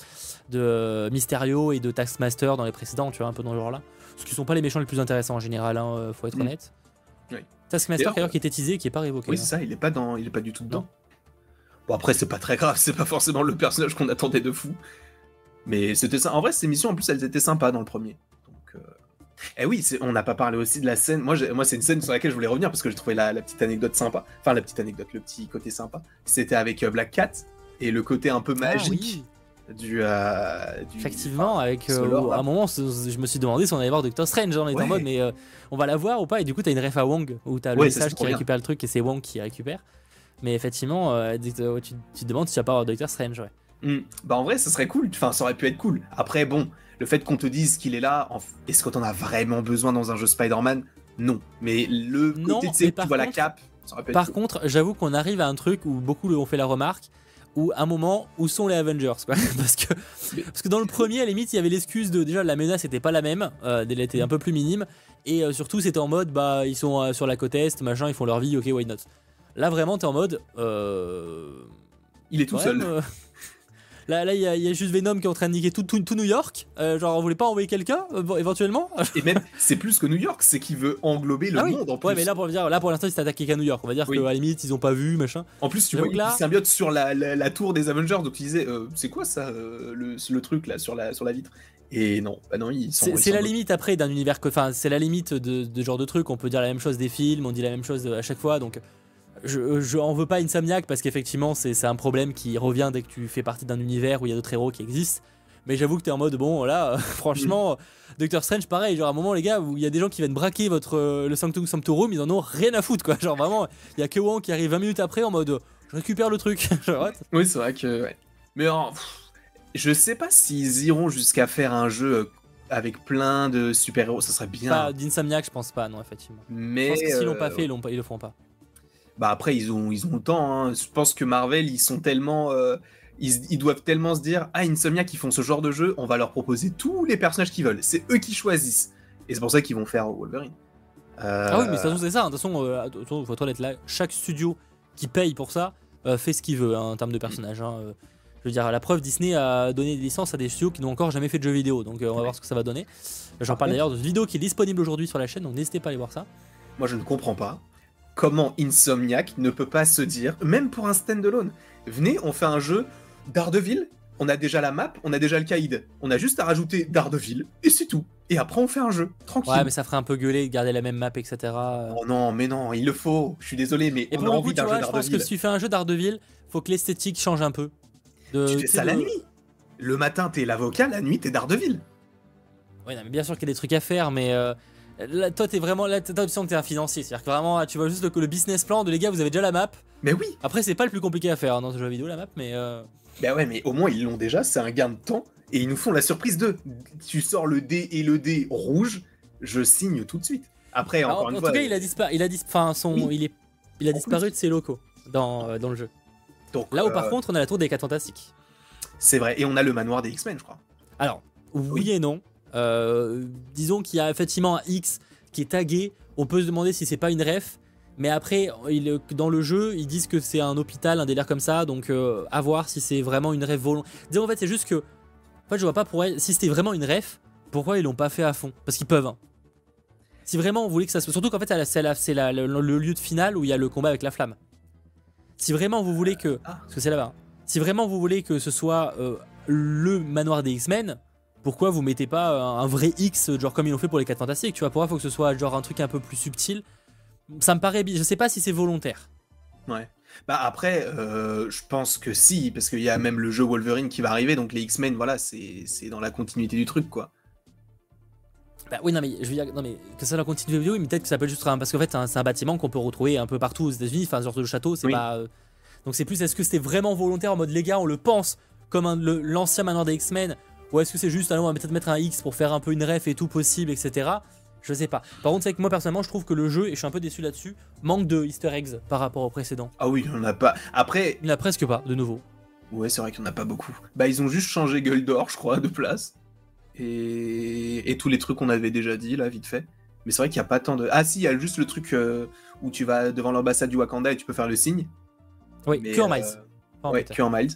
de Mysterio et de Taskmaster dans les précédents, tu vois, un peu dans le genre là. Ce qui sont pas les méchants les plus intéressants en général, hein, faut être mmh. honnête. Oui. Taskmaster d'ailleurs qui était teasé, qui est pas révoqué. Oui, c'est ça, il est pas dans, il est pas du tout dedans. Non. Bon après, c'est pas très grave, c'est pas forcément le personnage qu'on attendait de fou. Mais c'était ça. En vrai, ces missions, en plus, elles étaient sympas dans le premier. Donc. Euh... Et oui, on n'a pas parlé aussi de la scène. Moi, moi c'est une scène sur laquelle je voulais revenir parce que j'ai trouvé la, la petite anecdote sympa. Enfin, la petite anecdote, le petit côté sympa. C'était avec euh, Black Cat et le côté un peu magique ah, oui. du, euh, du. Effectivement, enfin, avec euh, lore, à un moment, je me suis demandé si on allait voir Doctor Strange. On était ouais. en mode, mais euh, on va la voir ou pas. Et du coup, t'as une ref à Wong où t'as le ouais, message qui récupère le truc et c'est Wong qui récupère. Mais effectivement, euh, tu, tu te demandes si tu vas pas voir Doctor Strange, ouais. Mmh. Bah en vrai, ça serait cool. Enfin, ça aurait pu être cool. Après, bon. Le fait qu'on te dise qu'il est là, est-ce que t'en as vraiment besoin dans un jeu Spider-Man? Non. Mais le côté, non, tu sais, tu vois la cape, ça aurait pu être Par cool. contre, j'avoue qu'on arrive à un truc où beaucoup ont fait la remarque, où à un moment, où sont les Avengers quoi parce, que, parce que dans le premier, à la limite, il y avait l'excuse de, déjà, la menace n'était pas la même, euh, elle était un peu plus minime, et euh, surtout, c'était en mode, bah, ils sont euh, sur la côte Est, machin, ils font leur vie, ok, why not. Là, vraiment, t'es en mode... Euh... Il est tout seul. Même, euh... Là, là, il y, y a juste Venom qui est en train de niquer tout, tout, tout New York. Euh, genre, on voulait pas envoyer quelqu'un, euh, éventuellement. Et même, c'est plus que New York, c'est qu'il veut englober le ah oui. monde en plus. Ouais, mais là, pour dire, là, pour l'instant, il s'est attaqué qu'à New York. On va dire oui. qu'à la limite, ils ont pas vu, machin. En plus, tu vois, là... il symbiote sur la, la, la tour des Avengers, donc tu disais, euh, c'est quoi ça, euh, le, le truc là sur la, sur la vitre? Et non, bah non, ils sont. C'est la limite après d'un univers que, enfin, c'est la limite de, de genre de truc. On peut dire la même chose des films, on dit la même chose à chaque fois, donc. Je, je en veux pas Insomniac parce qu'effectivement c'est un problème qui revient dès que tu fais partie d'un univers où il y a d'autres héros qui existent. Mais j'avoue que t'es en mode bon là, euh, franchement, mmh. Doctor Strange pareil, genre à un moment les gars où il y a des gens qui viennent braquer votre euh, le Sanctum Sanctorum, ils en ont rien à foutre quoi. Genre vraiment, il y a que Wong qui arrive vingt minutes après en mode je récupère le truc. Genre, oui c'est vrai que ouais. Mais en, pff, je sais pas s'ils iront jusqu'à faire un jeu avec plein de super-héros, ça serait bien. Pas d'Insomniac je pense pas non effectivement. Mais je pense que s'ils euh, l'ont pas fait, ils, ils le feront pas. Bah après ils ont ils ont le temps hein. Je pense que Marvel ils sont tellement euh, ils, ils doivent tellement se dire ah Insomniac qui font ce genre de jeu, on va leur proposer tous les personnages qu'ils veulent, c'est eux qui choisissent et c'est pour ça qu'ils vont faire Wolverine. Euh... Ah oui mais de toute façon c'est ça, de toute façon euh, faut toi être là, chaque studio qui paye pour ça euh, fait ce qu'il veut hein, en termes de personnages. Hein. Euh, je veux dire à la preuve Disney a donné des licences à des studios qui n'ont encore jamais fait de jeux vidéo donc euh, on va ouais. voir ce que ça va donner. J'en parle d'ailleurs de cette vidéo qui est disponible aujourd'hui sur la chaîne donc n'hésitez pas à aller voir ça. Moi je ne comprends pas. Comment Insomniac ne peut pas se dire, même pour un standalone, venez, on fait un jeu Daredevil, on a déjà la map, on a déjà le Caïd, on a juste à rajouter Daredevil, et c'est tout. Et après on fait un jeu, tranquille. Ouais mais ça ferait un peu gueuler de garder la même map, et cetera. Oh non, mais non, il le faut, je suis désolé, mais et on pour a le envie coup, d'un jeu vois, Daredevil. Je pense que si tu fais un jeu Daredevil, faut que l'esthétique change un peu. De, tu fais ça de... la nuit. Le matin t'es l'avocat, la nuit t'es Daredevil. Ouais non, mais bien sûr qu'il y a des trucs à faire, mais... Euh... Là, toi, t'es vraiment là, t'as l'impression que t'es un financier, c'est-à-dire que vraiment, tu vois juste le, le business plan de les gars, vous avez déjà la map. Mais oui. Après, c'est pas le plus compliqué à faire hein, dans ce jeu vidéo la map, mais. Euh... Bah ouais, mais au moins ils l'ont déjà, c'est un gain de temps et ils nous font la surprise de. Tu sors le dé et le dé rouge, je signe tout de suite. Après, encore Alors, une en fois. En tout cas, il a disparu, il a dis... enfin, son, oui. il est, il a disparu plus. de ses locaux dans euh, dans le jeu. Donc là où euh... par contre, on a la tour des quatre Fantastiques. C'est vrai, et on a le manoir des X-Men, je crois. Alors, oui, oui. et non. Euh, disons qu'il y a effectivement un X qui est tagué, on peut se demander si c'est pas une ref, mais après il, dans le jeu ils disent que c'est un hôpital, un délire comme ça, donc euh, à voir si c'est vraiment une ref volontaire. Disons en fait c'est juste que en fait je vois pas pourquoi, si c'était vraiment une ref, pourquoi ils l'ont pas fait à fond, parce qu'ils peuvent hein. Si vraiment on voulait que ça se... Surtout qu'en fait c'est la, la, la, le, le lieu de finale où il y a le combat avec la flamme. Si vraiment vous voulez que, Ah. parce que c'est là-bas, si vraiment vous voulez que ce soit euh, le manoir des X-Men, pourquoi vous mettez pas un, un vrai X, genre comme ils l'ont fait pour les quatre Fantastiques, tu vois, pourquoi faut que ce soit genre un truc un peu plus subtil. Ça me paraît, bi- je sais pas si c'est volontaire. Ouais. Bah après, euh, je pense que si, parce qu'il y a même le jeu Wolverine qui va arriver, donc les X-Men, voilà, c'est c'est dans la continuité du truc, quoi. Bah oui, non mais je veux dire, non mais que ça la continue de vidéo, mais peut-être que ça peut être juste un, parce qu'en fait c'est un, c'est un bâtiment qu'on peut retrouver un peu partout aux États-Unis, enfin genre le château, c'est Oui. pas. euh, Donc c'est plus, est-ce que c'était vraiment volontaire en mode les gars, on le pense comme un- le- l'ancien manoir des X-Men, ou est-ce que c'est juste, allons, on va peut-être mettre un X pour faire un peu une ref et tout possible, et cetera. Je sais pas. Par contre, c'est que moi personnellement, je trouve que le jeu, et je suis un peu déçu là-dessus, manque de Easter eggs par rapport au précédent. Ah oui, il n'y en a pas. Après, Il n'y en a presque pas, de nouveau. ouais, c'est vrai qu'il n'y en a pas beaucoup. Bah, ils ont juste changé Gueule d'Or, je crois, de place. Et, et tous les trucs qu'on avait déjà dit, là, vite fait. Mais c'est vrai qu'il n'y a pas tant de. Ah, si, il y a juste le truc euh, où tu vas devant l'ambassade du Wakanda et tu peux faire le signe. Oui, Mais, que en euh, Miles. Pas en ouais, Peter. que en Miles.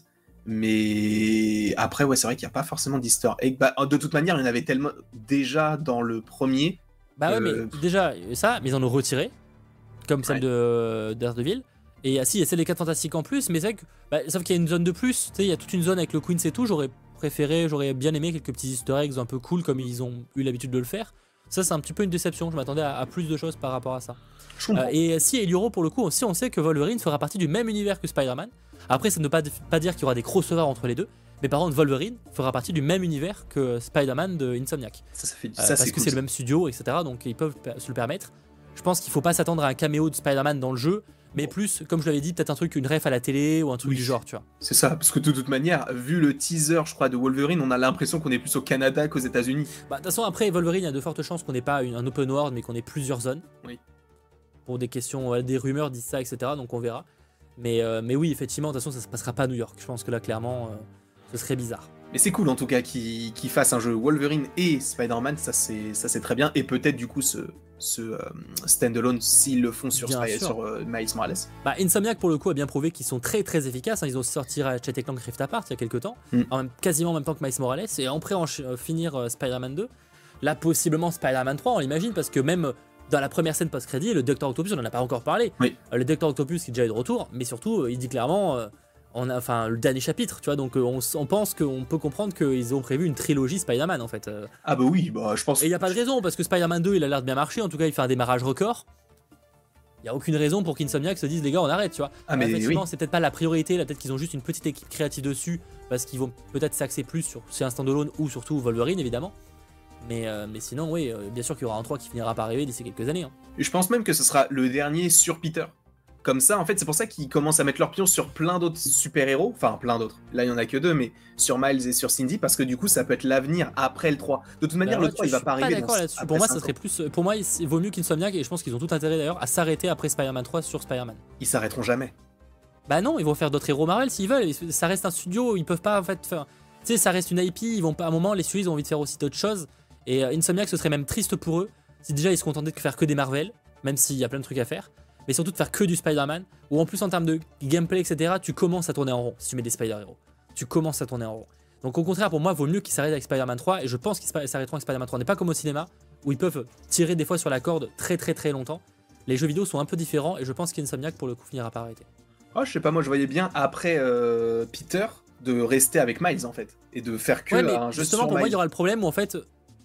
Mais après, ouais, c'est vrai qu'il n'y a pas forcément d'Easter egg. Bah, de toute manière, il y en avait tellement déjà dans le premier. Bah ouais, Euh, mais déjà, ça, mais ils en ont retiré, comme celle Ouais. de Daredevil. Et ah si, il y a celle des quatre Fantastiques en plus, mais c'est vrai que, bah, sauf qu'il y a une zone de plus, tu sais, il y a toute une zone avec le Queens et tout, j'aurais préféré, j'aurais bien aimé quelques petits easter eggs un peu cool comme ils ont eu l'habitude de le faire. Ça, c'est un petit peu une déception, je m'attendais à, à plus de choses par rapport à ça. je comprends. Euh, et si Elioro, pour le coup, aussi, on sait que Wolverine fera partie du même univers que Spider-Man. Après, ça ne veut pas, pas dire qu'il y aura des crossovers entre les deux, mais par contre, Wolverine fera partie du même univers que Spider-Man de Insomniac. Ça, ça fait... Euh, ça, parce c'est que cool, c'est ça. le même studio, et cetera. Donc ils peuvent se le permettre. Je pense qu'il faut pas s'attendre à un caméo de Spider-Man dans le jeu, mais plus, comme je l'avais dit, peut-être un truc, une ref à la télé ou un truc Oui. du genre, tu vois. C'est ça, parce que de toute manière, vu le teaser, je crois, de Wolverine, on a l'impression qu'on est plus au Canada qu'aux États-Unis. Bah, de toute façon, après Wolverine, il y a de fortes chances qu'on n'ait pas une- un open world, mais qu'on ait plusieurs zones. Oui. Pour des questions, ouais, des rumeurs disent ça, et cetera. Donc on verra. Mais, euh, mais oui, effectivement, de toute façon, ça se passera pas à New York. Je pense que là, clairement, euh, ce serait bizarre. Mais c'est cool en tout cas qu'ils qu'ils fassent un jeu Wolverine et Spider-Man, ça c'est ça c'est très bien. Et peut-être du coup ce, ce euh, standalone s'ils le font sur, Bien Spy- sûr. sur euh, Miles Morales. Bah, Insomniac, pour le coup, a bien prouvé qu'ils sont très très efficaces. hein. Ils ont sorti Ratchet et Clank Rift Apart il y a quelques temps, Mm. en même, quasiment en même temps que Miles Morales, et après en ch- euh, finir euh, Spider-Man deux. Là, possiblement Spider-Man trois, on l'imagine, parce que même euh, dans la première scène post-crédit, le Docteur Octopus, on en a pas encore parlé. Oui. Euh, le Docteur Octopus qui est déjà de retour, mais surtout, euh, il dit clairement, euh, on a, enfin, le dernier chapitre, tu vois, donc euh, on, s- on pense qu'on peut comprendre qu'ils ont prévu une trilogie Spider-Man en fait. euh. Ah bah oui, bah je pense. Et il n'y a pas de raison, parce que Spider-Man deux, il a l'air de bien marcher, en tout cas, il fait un démarrage record. Il n'y a aucune raison pour qu'Insomniac se dise, les gars, on arrête, tu vois. Ah mais Effectivement, oui. c'est peut-être pas la priorité, là, peut-être qu'ils ont juste une petite équipe créative dessus, parce qu'ils vont peut-être s'axer plus sur c'est un standalone ou surtout Wolverine, évidemment. Mais, euh, mais sinon, oui, euh, bien sûr qu'il y aura un trois qui finira par arriver d'ici quelques années. hein. Je pense même que ce sera le dernier sur Peter. Comme ça, en fait, c'est pour ça qu'ils commencent à mettre leur pion sur plein d'autres super-héros. Enfin, plein d'autres. Là, il y en a que deux, mais sur Miles et sur Cindy, parce que du coup, ça peut être l'avenir après le trois. De toute manière, Bah, le ouais, trois, je il va suis pas arriver. d'accord dans- là-dessus. après Pour moi, cinq ça serait ans. plus. Pour moi, il il vaut mieux qu'Insomniac, et je pense qu'ils ont tout intérêt d'ailleurs, à s'arrêter après Spider-Man trois sur Spider-Man. Ils s'arrêteront jamais. Bah non, ils vont faire d'autres héros Marvel s'ils veulent. Ça reste un studio, ils peuvent pas en fait faire. Tu sais, ça reste une I P, ils vont pas. À un moment, les studios ils ont envie de faire aussi d'autres choses. Et euh, Insomniac, ce serait même triste pour eux si déjà ils se contentaient de faire que des Marvel, même s'il y a plein de trucs à faire. Mais surtout de faire que du Spider-Man, ou en plus en termes de gameplay, et cetera, tu commences à tourner en rond si tu mets des Spider-Héros. Tu commences à tourner en rond. Donc au contraire, pour moi, il vaut mieux qu'ils s'arrêtent avec Spider-Man trois, et je pense qu'ils spa- s'arrêteront avec Spider-Man trois. On n'est pas comme au cinéma, où ils peuvent tirer des fois sur la corde très très très longtemps. Les jeux vidéo sont un peu différents, et je pense qu'Insomniac, pour le coup, finira par arrêter. Oh, je sais pas, moi, je voyais bien après euh, Peter de rester avec Miles en fait et de faire que Ouais, mais un jeu justement, sur pour moi, il Miles. y aura le problème où en fait,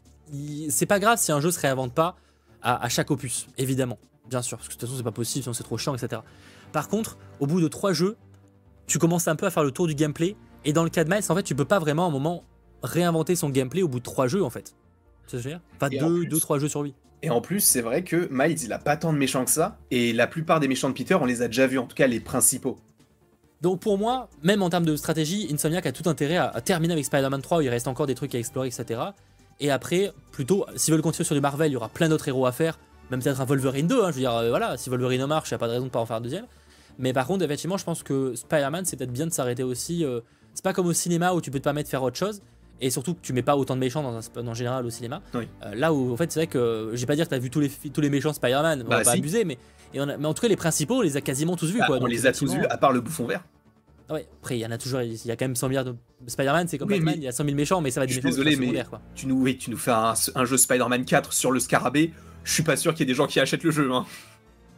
il- c'est pas grave si un jeu se réinvente pas à, à chaque opus, évidemment, bien sûr, parce que de toute façon, c'est pas possible, sinon c'est trop chiant, et cetera. Par contre, au bout de trois jeux, tu commences un peu à faire le tour du gameplay, et dans le cas de Miles, en fait, tu peux pas vraiment à un moment réinventer son gameplay au bout de trois jeux, en fait. Tu sais ce que je veux dire ? Enfin, Et en deux, plus- deux, trois jeux sur lui. Et en plus, c'est vrai que Miles, il a pas tant de méchants que ça, et la plupart des méchants de Peter, on les a déjà vus, en tout cas les principaux. Donc pour moi, même en termes de stratégie, Insomniac a tout intérêt à, à terminer avec Spider-Man trois où il reste encore des trucs à explorer, et cetera. Et après, plutôt, s'ils veulent continuer sur du Marvel, il y aura plein d'autres héros à faire, même peut-être un Wolverine deux, hein, je veux dire, euh, voilà, si Wolverine marche, il n'y a pas de raison de pas en faire un deuxième. Mais par contre, effectivement, je pense que Spider-Man, c'est peut-être bien de s'arrêter aussi. euh, c'est pas comme au cinéma où tu peux te permettre de faire autre chose, et surtout que tu mets pas autant de méchants dans un, sp- en général au cinéma. Oui. Euh, là où, en fait, c'est vrai que, je vais pas dire que t'as vu tous les, fi- tous les méchants Spider-Man, on Bah, va pas si. abuser, mais, et on a- mais en tout cas, les principaux, on les a quasiment tous vus, Bah, quoi. on Donc, les a tous effectivement, vus, à part le bouffon vert. Ouais, après il y en a toujours, il y a quand même cent milliards de Spider-Man, c'est comme Oui, Batman, mais- il y a cent mille méchants, mais ça va être Je des suis méchants désolé, ultra mais- secondaires, quoi. Tu nous, oui, tu nous fais un, un jeu Spider-Man quatre sur le scarabée, je suis pas sûr qu'il y ait des gens qui achètent le jeu. Hein.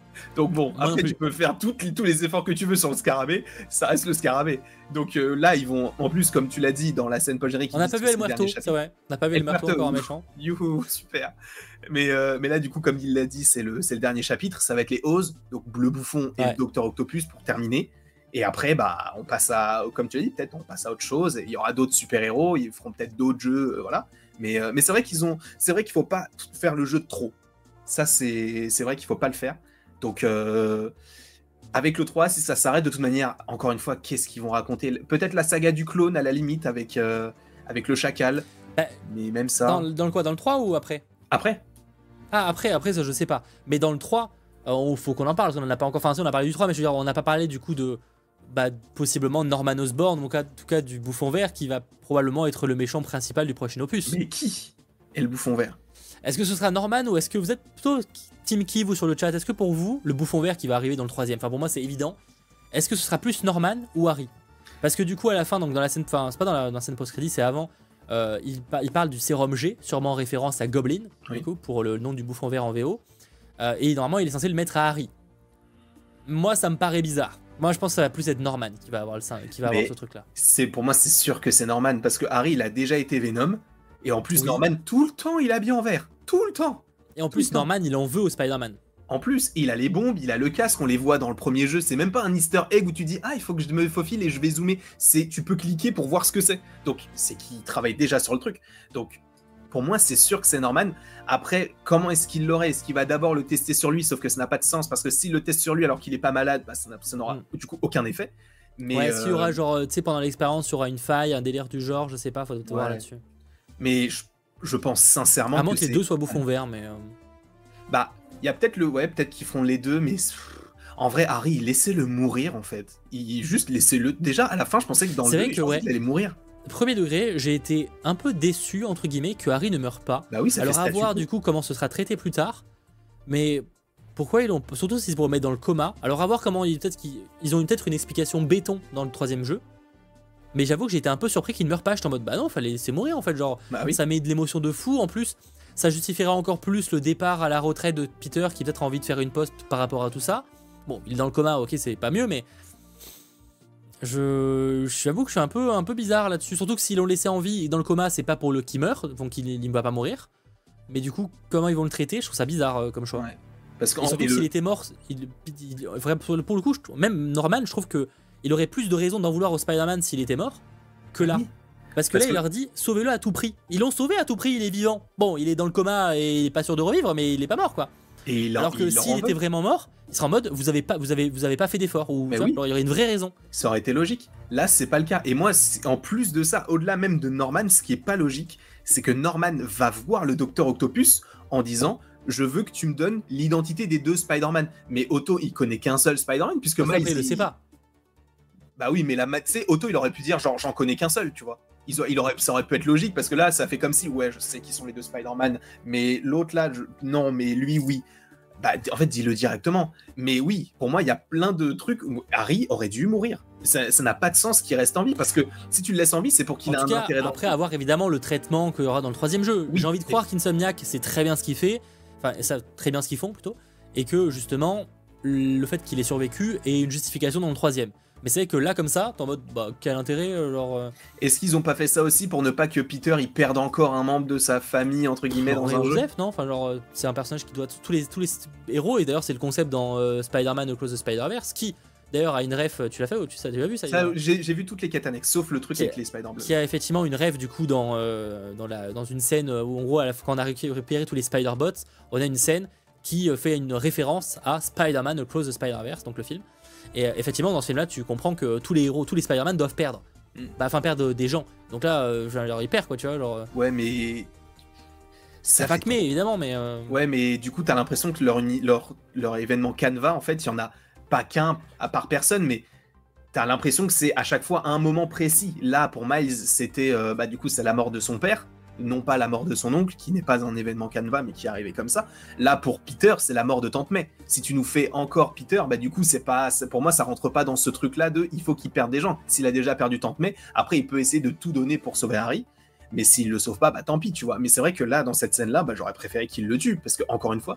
Donc bon, Moi non après plus. tu peux faire toutes, tous les efforts que tu veux sur le scarabée, ça reste le scarabée. Donc euh, là, ils vont, en plus, comme tu l'as dit, dans la scène post-générique, On n'a pas vu El Muerto, c'est vrai. On n'a pas vu El Muerto encore un méchant. Youhou, super. Mais, euh, mais là, du coup, comme il l'a dit, c'est le, c'est le dernier chapitre, ça va être les Oz, donc le Bouffon et Ouais. le Docteur Octopus pour terminer. Et après, bah, on passe à, comme tu l'as dit, peut-être on passe à autre chose. Et il y aura d'autres super-héros, ils feront peut-être d'autres jeux, euh, voilà. Mais, euh, mais c'est vrai qu'ils ont, c'est vrai qu'il faut pas faire le jeu de trop. Ça, c'est, c'est vrai qu'il faut pas le faire. Donc, euh, avec le trois, si ça s'arrête, de toute manière, encore une fois, qu'est-ce qu'ils vont raconter? Peut-être la saga du clone à la limite avec, euh, avec le chacal. Bah, mais même ça. Dans, dans le quoi? Dans le trois ou après? Après. Ah, après, après, ça je sais pas. Mais dans le trois, il euh, faut qu'on en parle, parce qu'on en a pas encore. Enfin, si, on a parlé du trois, mais je veux dire, on n'a pas parlé du coup de. Bah, possiblement Norman Osborn, en tout cas, en tout cas du Bouffon Vert, qui va probablement être le méchant principal du prochain opus. Mais qui est le Bouffon Vert? Est-ce que ce sera Norman ou est-ce que vous êtes plutôt Team qui, vous, sur le chat? Est-ce que pour vous, le Bouffon Vert qui va arriver dans le troisième, enfin pour moi c'est évident, est-ce que ce sera plus Norman ou Harry? Parce que du coup à la fin, donc dans la scène, enfin c'est pas dans la, dans la scène post-crédit, c'est avant, euh, il, il parle du sérum G, sûrement en référence à Goblin, oui. du coup, pour le nom du Bouffon Vert en V O, euh, et normalement il est censé le mettre à Harry. Moi ça me paraît bizarre. Moi je pense que ça va plus être Norman qui va avoir, le, qui va avoir ce truc là. C'est, pour moi c'est sûr que c'est Norman, parce que Harry il a déjà été Venom, et en plus oui. Norman tout le temps il est habillé en vert, tout le temps. Et en plus Norman il en veut au Spider-Man. En plus, il a les bombes, il a le casque, on les voit dans le premier jeu, c'est même pas un easter egg où tu dis « Ah, il faut que je me faufile et je vais zoomer », c'est tu peux cliquer pour voir ce que c'est. Donc, c'est qu'il travaille déjà sur le truc. Donc, pour moi, c'est sûr que c'est Norman. Après, comment est-ce qu'il l'aurait? Est-ce qu'il va d'abord le tester sur lui? Sauf que ça n'a pas de sens, parce que s'il le teste sur lui alors qu'il est pas malade, bah, ça n'aura mm. du coup aucun effet. Mais ouais, euh... s'il y aura genre, tu sais, pendant l'expérience, il y aura une faille, un délire du genre, je sais pas, faut te ouais. voir là-dessus. Mais je, je pense sincèrement à moins que, que les deux soient bouffons verts, mais... Euh... Bah, il y a peut-être le... Ouais, peut-être qu'ils feront les deux, mais... En vrai, Harry, laissez-le mourir, en fait. Il... Juste laissez-le... Déjà, à la fin, je pensais que dans le jeu, ouais. il allait mourir. Premier degré, j'ai été un peu déçu, entre guillemets, que Harry ne meure pas. Bah oui, ça Alors fait à voir, du coup, comment ce sera traité plus tard. Mais... Pourquoi ils l'ont... Surtout si c'est pour le mettre dans le coma. Alors à voir comment... Ils, peut-être qu'ils... ils ont peut-être une explication béton dans le troisième jeu. Mais j'avoue que j'ai été un peu surpris qu'il ne meure pas. J'étais en mode, bah non, fallait laisser mourir, en fait. Genre, bah oui. Ça met de l'émotion de fou. En plus... Ça justifiera encore plus le départ à la retraite de Peter qui peut-être a envie de faire une poste par rapport à tout ça. Bon, il est dans le coma, ok, c'est pas mieux, mais je j'avoue que je suis un peu, un peu bizarre là-dessus. Surtout que s'ils l'ont laissé en vie dans le coma, c'est pas pour le qui meurt, donc il ne va pas mourir. Mais du coup, comment ils vont le traiter, je trouve ça bizarre euh, comme choix. Ouais. Parce que surtout le... s'il était mort, il, il, il, pour le coup, je, même Norman, je trouve que il aurait plus de raisons d'en vouloir au Spider-Man s'il était mort que là. Oui. Parce que Parce là, que... il leur dit, sauvez-le à tout prix. Ils l'ont sauvé à tout prix, il est vivant. Bon, il est dans le coma et il est pas sûr de revivre, mais il est pas mort, quoi. Et il Alors que s'il était vraiment mort, il serait en mode, vous avez pas, vous avez, vous avez pas fait d'effort, ou oui. alors, il y aurait une vraie raison. Ça aurait été logique. Là, c'est pas le cas. Et moi, en plus de ça, au-delà même de Norman, ce qui est pas logique, c'est que Norman va voir le Docteur Octopus en disant, je veux que tu me donnes l'identité des deux Spider-Man. Mais Otto, il connaît qu'un seul Spider-Man, puisque Miles, il le sait pas. Bah oui, mais là, tu sais, Otto, il aurait pu dire, genre, j'en connais qu'un seul, tu vois. Il aurait, ça aurait pu être logique, parce que là, ça fait comme si, ouais, je sais qui sont les deux Spider-Man, mais l'autre là, je... non, mais lui, oui. Bah, en fait, dis-le directement. Mais oui, pour moi, il y a plein de trucs où Harry aurait dû mourir. Ça n'a pas de sens qu'il reste en vie, parce que si tu le laisses en vie, c'est pour qu'il ait un cas, intérêt. Après avoir évidemment le traitement qu'il y aura dans le troisième jeu. Oui, j'ai envie de croire qu'Insomniac, c'est très bien ce qu'il fait, enfin, ça, très bien ce qu'ils font plutôt, et que justement, le fait qu'il ait survécu est une justification dans le troisième. Mais c'est vrai que là, comme ça, t'es en mode, bah, quel intérêt, genre... Euh... Est-ce qu'ils ont pas fait ça aussi pour ne pas que Peter, il perde encore un membre de sa famille, entre guillemets, dans un Joseph, jeu non, enfin, genre, c'est un personnage qui doit... Tous les, tous les héros, et d'ailleurs, c'est le concept dans euh, Spider-Man Across the Spider-Verse, qui, d'ailleurs, a une ref... Tu l'as fait ou tu l'as vu, ça, ça J'ai vu toutes les quêtes annexes, sauf le truc qui avec a, les Spider-Bleus. Qui a effectivement une ref, du coup, dans, euh, dans, la, dans une scène où, en gros, à la, quand on a récupéré tous les Spider-Bots, on a une scène qui fait une référence à Spider-Man Across the Spider-Verse, donc le film. Et effectivement, dans ce film-là, tu comprends que tous les héros, tous les Spider-Man doivent perdre. Mm. Bah, enfin, perdre des gens. Donc là, euh, genre, ils perdent, quoi, tu vois. Genre... Ouais, mais. Ça fait mais évidemment, mais. Euh... Ouais, mais du coup, t'as l'impression que leur, leur, leur événement Canva, en fait, il y en a pas qu'un à part personne, mais t'as l'impression que c'est à chaque fois un moment précis. Là, pour Miles, c'était. Euh, bah, du coup, c'est la mort de son père. Non pas la mort de son oncle, qui n'est pas un événement Canva, mais qui est arrivé comme ça. Là, pour Peter, c'est la mort de Tante May. Si tu nous fais encore Peter, bah du coup, c'est pas, pour moi, ça rentre pas dans ce truc-là de il faut qu'il perde des gens. S'il a déjà perdu Tante May, après, il peut essayer de tout donner pour sauver Harry. Mais s'il le sauve pas, bah tant pis, tu vois. Mais c'est vrai que là, dans cette scène-là, bah, j'aurais préféré qu'il le tue, parce que encore une fois,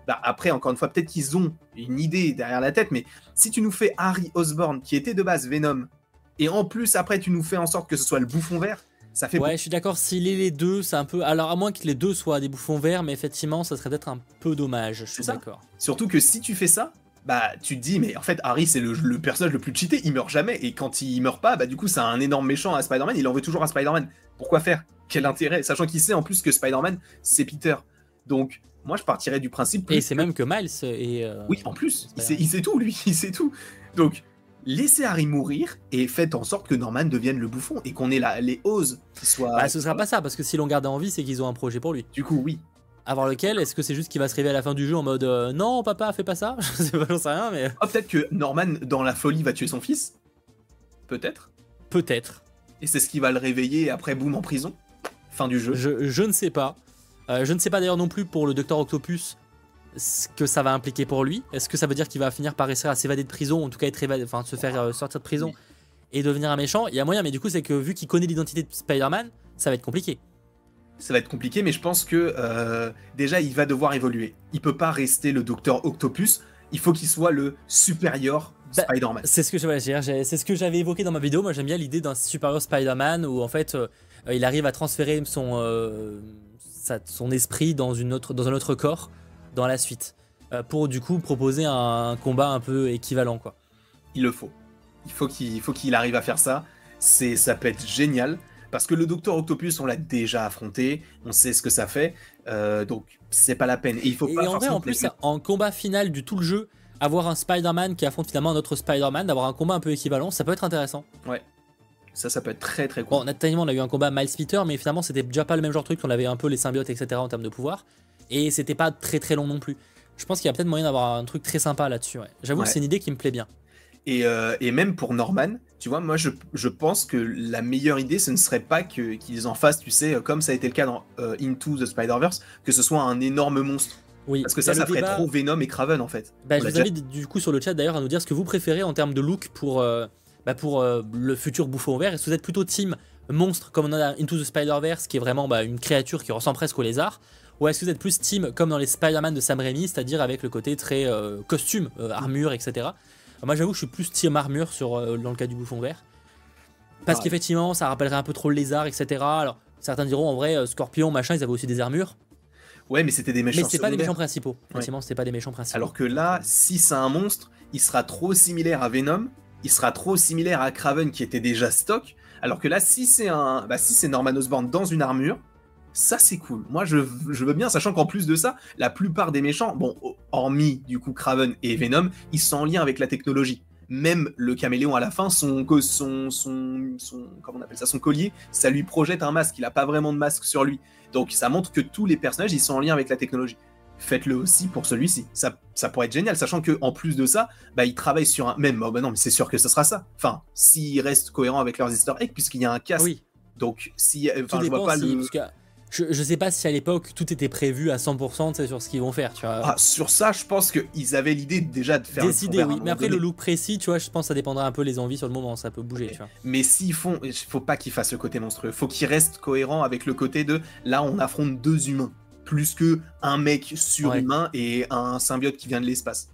Bah, après, encore une fois, peut-être qu'ils ont une idée derrière la tête, mais si tu nous fais Harry Osborn, qui était de base Venom, et en plus, après, tu nous fais en sorte que ce soit le Bouffon Vert, ça fait... Ouais, je suis d'accord, s'il est les deux, c'est un peu... Alors, à moins que les deux soient des Bouffons Verts, mais effectivement, ça serait peut-être un peu dommage, je suis d'accord. Surtout que si tu fais ça, bah, tu te dis, mais en fait, Harry, c'est le, le personnage le plus cheaté, il meurt jamais, et quand il meurt pas, bah, du coup, c'est un énorme méchant à Spider-Man, il en veut toujours à Spider-Man. Pourquoi faire? Quel intérêt? Sachant qu'il sait en plus que Spider-Man, c'est Peter. Donc... Moi, je partirais du principe... Et c'est que... même que Miles et... Euh... Oui, en plus, il sait, il sait tout, lui, il sait tout. Donc, laissez Harry mourir et faites en sorte que Norman devienne le bouffon et qu'on ait la, les oses qui soient... Bah, ce sera pas ça, parce que s'ils l'ont gardé en vie, c'est qu'ils ont un projet pour lui. Du coup, oui. Avoir lequel, est-ce que c'est juste qu'il va se réveiller à la fin du jeu en mode euh, non, papa, fais pas ça? Je sais pas, j'en sais rien, mais... Oh, peut-être que Norman, dans la folie, va tuer son fils. Peut-être. Peut-être. Et c'est ce qui va le réveiller et après, boum, en prison. Fin du jeu. Je, je ne sais pas. Euh, je ne sais pas d'ailleurs non plus pour le Docteur Octopus ce que ça va impliquer pour lui. Est-ce que ça veut dire qu'il va finir par réussir à s'évader de prison, en tout cas être évadé, enfin se faire euh, sortir de prison oui. et devenir un méchant? Il y a moyen, mais du coup c'est que vu qu'il connaît l'identité de Spider-Man, ça va être compliqué. Ça va être compliqué, mais je pense que euh, déjà il va devoir évoluer. Il peut pas rester le Docteur Octopus, il faut qu'il soit le supérieur bah, Spider-Man. C'est ce que j'avais c'est ce que j'avais évoqué dans ma vidéo. Moi j'aime bien l'idée d'un supérieur Spider-Man où en fait euh, il arrive à transférer son, euh, sa, son esprit dans, une autre, dans un autre corps dans la suite, euh, pour du coup proposer un, un combat un peu équivalent quoi. Il le faut. Il faut qu'il faut qu'il arrive à faire ça. C'est ça peut être génial parce que le Docteur Octopus on l'a déjà affronté, on sait ce que ça fait, euh, donc c'est pas la peine. Et il faut et pas. Et en vrai en plus en combat final du tout le jeu, avoir un Spider-Man qui affronte finalement un autre Spider-Man, d'avoir un combat un peu équivalent, ça peut être intéressant. Ouais. Ça, ça peut être très très cool. Bon, naturellement, on a eu un combat Miles Peter, mais finalement, c'était déjà pas le même genre de truc. On avait un peu les symbiotes, et cetera en termes de pouvoir. Et c'était pas très très long non plus. Je pense qu'il y a peut-être moyen d'avoir un truc très sympa là-dessus. Ouais. J'avoue ouais. que c'est une idée qui me plaît bien. Et, euh, et même pour Norman, tu vois, moi je, je pense que la meilleure idée, ce ne serait pas que, qu'ils en fassent, tu sais, comme ça a été le cas dans euh, Into the Spider-Verse, que ce soit un énorme monstre. Oui, parce que ça, ça ferait débat... trop Venom et Kraven en fait. Bah, je vous invite déjà... du coup sur le chat d'ailleurs à nous dire ce que vous préférez en termes de look pour, euh, bah, pour euh, le futur Bouffon Vert. Est-ce que vous êtes plutôt team monstre comme on a Into the Spider-Verse qui est vraiment bah, une créature qui ressemble presque au lézard, ou est-ce que vous êtes plus team comme dans les Spider-Man de Sam Raimi, c'est-à-dire avec le côté très euh, costume, euh, armure, et cetera. Alors, moi j'avoue que je suis plus team armure sur, euh, dans le cas du Bouffon Vert. Parce ah, qu'effectivement ça rappellerait un peu trop le lézard, et cetera. Alors certains diront en vrai euh, Scorpion, machin, ils avaient aussi des armures. Ouais, mais c'était des méchants. Mais c'était pas des méchants principaux. Effectivement, ouais. c'était pas des méchants principaux. Alors que là, si c'est un monstre, il sera trop similaire à Venom, il sera trop similaire à Kraven qui était déjà stock. Alors que là, si c'est un, bah, si c'est Norman Osborn dans une armure, ça c'est cool. Moi, je, je veux bien, sachant qu'en plus de ça, la plupart des méchants, bon, hormis du coup Kraven et Venom, ils sont en lien avec la technologie. Même le caméléon à la fin, son, son, son, son, comment on appelle ça, son collier, ça lui projette un masque. Il a pas vraiment de masque sur lui. Donc ça montre que tous les personnages, ils sont en lien avec la technologie. Faites-le aussi pour celui-ci. Ça, ça pourrait être génial, sachant que en plus de ça, bah, ils travaillent sur un... Même, oh bah non, mais c'est sûr que ça sera ça. Enfin, s'ils restent cohérents avec leurs easter eggs, puisqu'il y a un casque. Oui. Donc, si... Enfin, je vois pas si, le... Que, je, je sais pas si à l'époque, tout était prévu à cent pour cent sur ce qu'ils vont faire, tu vois. Ah, sur ça, je pense qu'ils avaient l'idée déjà de faire... Décider, oui. Mais après, donné. Le look précis, tu vois, je pense que ça dépendra un peu les envies sur le moment, ça peut bouger, okay. tu vois. Mais s'ils font... Il faut pas qu'ils fassent le côté monstrueux. Faut qu'ils restent cohérents avec le côté de... Là, on affronte deux humains. Plus que un mec surhumain ouais. et un symbiote qui vient de l'espace.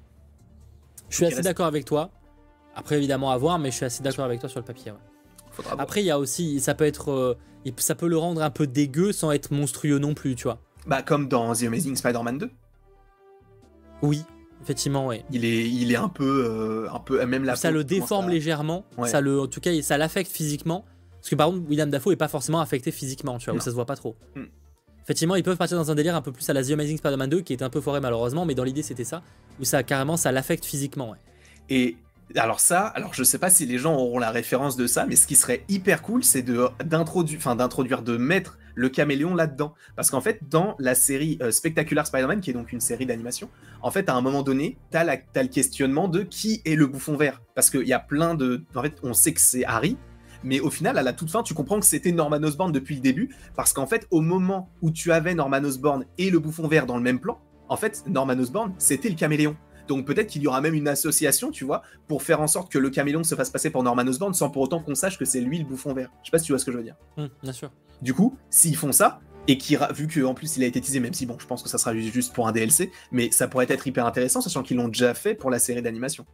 Je suis assez reste... d'accord avec toi. Après, évidemment, à voir, mais je suis assez d'accord avec toi sur le papier. Ouais. Après, il y a aussi, ça peut être, euh, ça peut le rendre un peu dégueu sans être monstrueux non plus, tu vois. Bah, comme dans The Amazing Spider-Man deux. Oui, effectivement, ouais. Il est, il est un peu, euh, un peu, même la. Ça le déforme à... légèrement. Ouais. Ça le, en tout cas, ça l'affecte physiquement. Parce que par contre, William Dafoe est pas forcément affecté physiquement, tu vois, où ça se voit pas trop. Mm. Effectivement, ils peuvent partir dans un délire un peu plus à la The Amazing Spider-Man deux, qui était un peu foiré malheureusement, mais dans l'idée c'était ça, où ça carrément ça l'affecte physiquement. Ouais. Et alors ça, alors je sais pas si les gens auront la référence de ça, mais ce qui serait hyper cool, c'est de d'introduire, enfin d'introduire, de mettre le caméléon là-dedans, parce qu'en fait dans la série euh, Spectacular Spider-Man, qui est donc une série d'animation, en fait à un moment donné, t'as, la, t'as le questionnement de qui est le Bouffon Vert, parce qu'il y a plein de, en fait on sait que c'est Harry. Mais au final, à la toute fin, tu comprends que c'était Norman Osborn depuis le début, parce qu'en fait, au moment où tu avais Norman Osborn et le Bouffon Vert dans le même plan, en fait, Norman Osborn, c'était le caméléon. Donc peut-être qu'il y aura même une association, tu vois, pour faire en sorte que le caméléon se fasse passer pour Norman Osborn, sans pour autant qu'on sache que c'est lui le Bouffon Vert. Je sais pas si tu vois ce que je veux dire. Mmh, bien sûr. Du coup, s'ils font ça, et qui, vu qu'en plus il a été teasé, même si bon, je pense que ça sera juste pour un D L C, mais ça pourrait être hyper intéressant, sachant qu'ils l'ont déjà fait pour la série d'animation.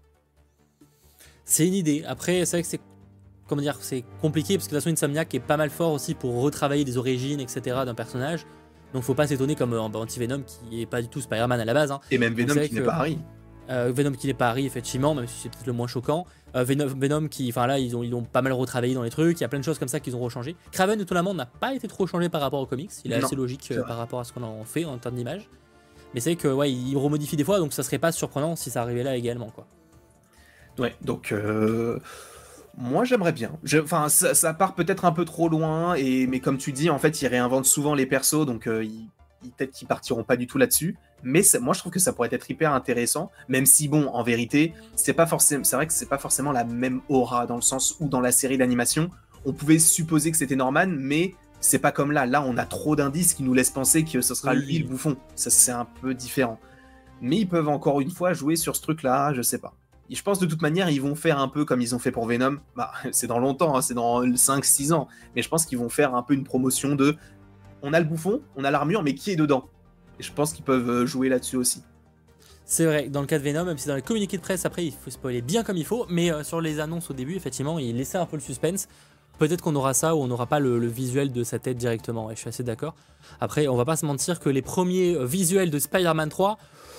C'est une idée. Après, c'est vrai que c'est comment dire, c'est compliqué parce que de toute façon Insomniac est pas mal fort aussi pour retravailler les origines, et cetera d'un personnage. Donc faut pas s'étonner comme euh, Anti-Venom qui est pas du tout Spider-Man à la base. Hein. Et même Venom qui n'est pas Harry. Euh, Venom qui n'est pas Harry, effectivement, même si c'est peut-être le moins choquant. Euh, Venom, Venom qui, enfin là, ils ont, ils ont pas mal retravaillé dans les trucs. Il y a plein de choses comme ça qu'ils ont rechangé. Kraven, étonnamment, n'a pas été trop changé par rapport aux comics. Il est non, assez logique euh, par rapport à ce qu'on en fait en termes d'image. Mais c'est que, ouais, il remodifie des fois, donc ça serait pas surprenant si ça arrivait là également, quoi. Ouais, donc. Euh... Moi j'aimerais bien, enfin ça, ça part peut-être un peu trop loin, et... mais comme tu dis en fait ils réinventent souvent les persos, donc euh, ils... peut-être qu'ils partiront pas du tout là-dessus, mais moi je trouve que ça pourrait être hyper intéressant, même si bon en vérité c'est pas forcément, c'est vrai que c'est pas forcément la même aura, dans le sens où dans la série d'animation on pouvait supposer que c'était Norman, mais c'est pas comme là, là on a trop d'indices qui nous laissent penser que ce sera oui. lui le bouffon, ça c'est un peu différent, mais ils peuvent encore une fois jouer sur ce truc là, je sais pas. Je pense de toute manière ils vont faire un peu comme ils ont fait pour Venom, bah, c'est dans longtemps, hein, c'est dans cinq six ans, mais je pense qu'ils vont faire un peu une promotion de on a le bouffon, on a l'armure, mais qui est dedans? Et je pense qu'ils peuvent jouer là-dessus aussi. C'est vrai, dans le cas de Venom, même si dans les communiqués de presse après il faut spoiler bien comme il faut, mais euh, sur les annonces au début effectivement il laissait un peu le suspense. Peut-être qu'on aura ça ou on n'aura pas le, le visuel de sa tête directement, et je suis assez d'accord. Après on va pas se mentir que les premiers visuels de Spider-Man trois,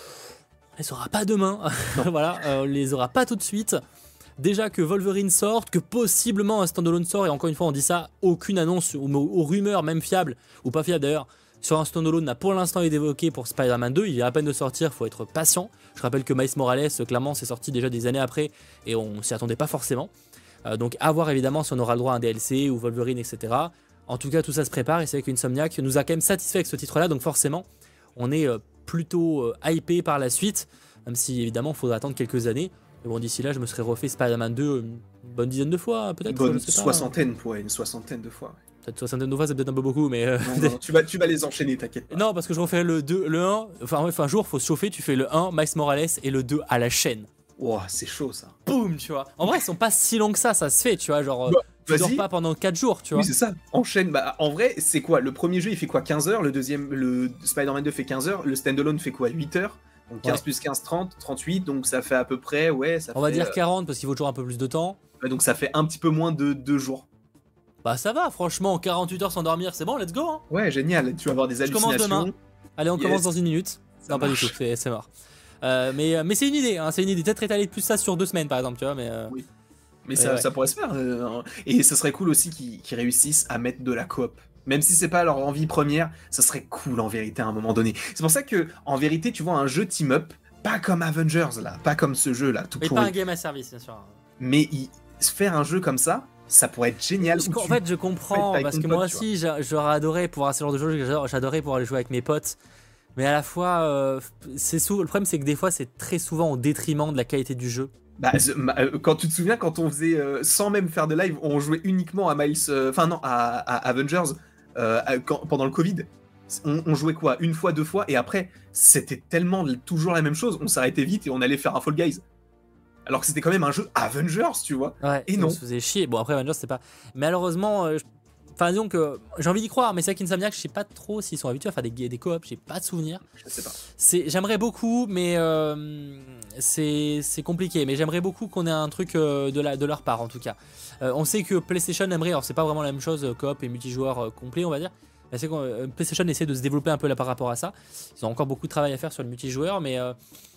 on les aura pas demain, voilà, euh, on les aura pas tout de suite. Déjà que Wolverine sorte, que possiblement un standalone sort, et encore une fois on dit ça, aucune annonce ou aux rumeurs même fiables, ou pas fiables d'ailleurs, sur un standalone n'a pour l'instant été évoqué pour Spider-Man deux, il vient à peine de sortir, faut être patient. Je rappelle que Miles Morales, clairement c'est sorti déjà des années après, et on s'y attendait pas forcément. Euh, donc à voir évidemment si on aura le droit à un D L C ou Wolverine, et cetera. En tout cas tout ça se prépare, et c'est vrai qu'Insomniac nous a quand même satisfait avec ce titre là, donc forcément on est euh, plutôt euh, hypé par la suite, même si évidemment il faudra attendre quelques années. Mais bon, d'ici là, je me serais refait Spider-Man deux une bonne dizaine de fois, peut-être. Bonne soixantaine, ouais, une soixantaine de fois. Peut-être soixantaine de fois, c'est peut-être un peu beaucoup, mais. Euh... Non, non, tu, vas, tu vas les enchaîner, t'inquiète pas. Non, parce que je refais le deux, le un. Enfin, ouais, un jour, faut se chauffer, tu fais le un, Miles Morales, et le deux à la chaîne. Ouah, c'est chaud ça. Boum, tu vois. En vrai, ils sont pas si longs que ça, ça se fait, tu vois. Genre, bah, tu dors pas pendant quatre jours, tu vois. Oui, c'est ça. Enchaîne. Bah, en vrai, c'est quoi? Le premier jeu, il fait quoi? quinze heures. Le deuxième, le Spider-Man deux fait quinze heures. Le standalone fait quoi? huit heures. Donc quinze ouais. plus quinze, trente, trente-huit, donc ça fait à peu près, ouais, ça On fait, va dire quarante, parce qu'il faut toujours un peu plus de temps. Ouais, donc ça fait un petit peu moins de deux jours. Bah ça va, franchement, quarante-huit heures sans dormir, c'est bon, let's go hein. Ouais, génial, tu vas avoir des hallucinations. Je commence demain. Allez, on yes. commence dans une minute. Ça non, marche. pas du tout, c'est mort. Euh, mais mais c'est une idée, hein, c'est une idée. Peut-être étaler plus ça sur deux semaines, par exemple, tu vois, mais... Euh... Oui, mais ça, ouais. ça pourrait se faire. Euh, et ce serait cool aussi qu'ils qu'ils réussissent à mettre de la coop. Même si c'est pas leur envie première, ça serait cool en vérité à un moment donné. C'est pour ça que, en vérité, tu vois, un jeu team-up, pas comme Avengers là, pas comme ce jeu là, tout mais pourri. Pas un game à service, bien sûr. Mais il, faire un jeu comme ça, ça pourrait être génial. Je, en fait, je comprends, parce que pote, moi aussi, j'aurais adoré pouvoir ce genre de jeu, j'adorais pouvoir aller jouer avec mes potes. Mais à la fois, euh, c'est souvent, le problème c'est que des fois, c'est très souvent au détriment de la qualité du jeu. Bah, quand tu te souviens, quand on faisait, euh, sans même faire de live, on jouait uniquement à Miles, enfin euh, non, à, à Avengers euh, à, quand, pendant le Covid. On, on jouait quoi, une fois, deux fois, et après, c'était tellement toujours la même chose, on s'arrêtait vite et on allait faire un Fall Guys. Alors que c'était quand même un jeu Avengers, tu vois. Ouais, et non. Ça se faisait chier. Bon, après, Avengers, c'est pas. Malheureusement, euh, enfin, disons que j'ai envie d'y croire, mais c'est qu'Insomniac, je sais pas trop s'ils sont habitués à faire des, des coops, j'ai pas de souvenir. Je sais pas. J'aimerais beaucoup, mais euh, c'est compliqué. Mais j'aimerais beaucoup qu'on ait un truc euh, de, la, de leur part, en tout cas. Euh, on sait que PlayStation aimerait, alors c'est pas vraiment la même chose, coop et multijoueur euh, complet, on va dire. C'est que euh, PlayStation essaie de se développer un peu là par rapport à ça. Ils ont encore beaucoup de travail à faire sur le multijoueur, mais euh,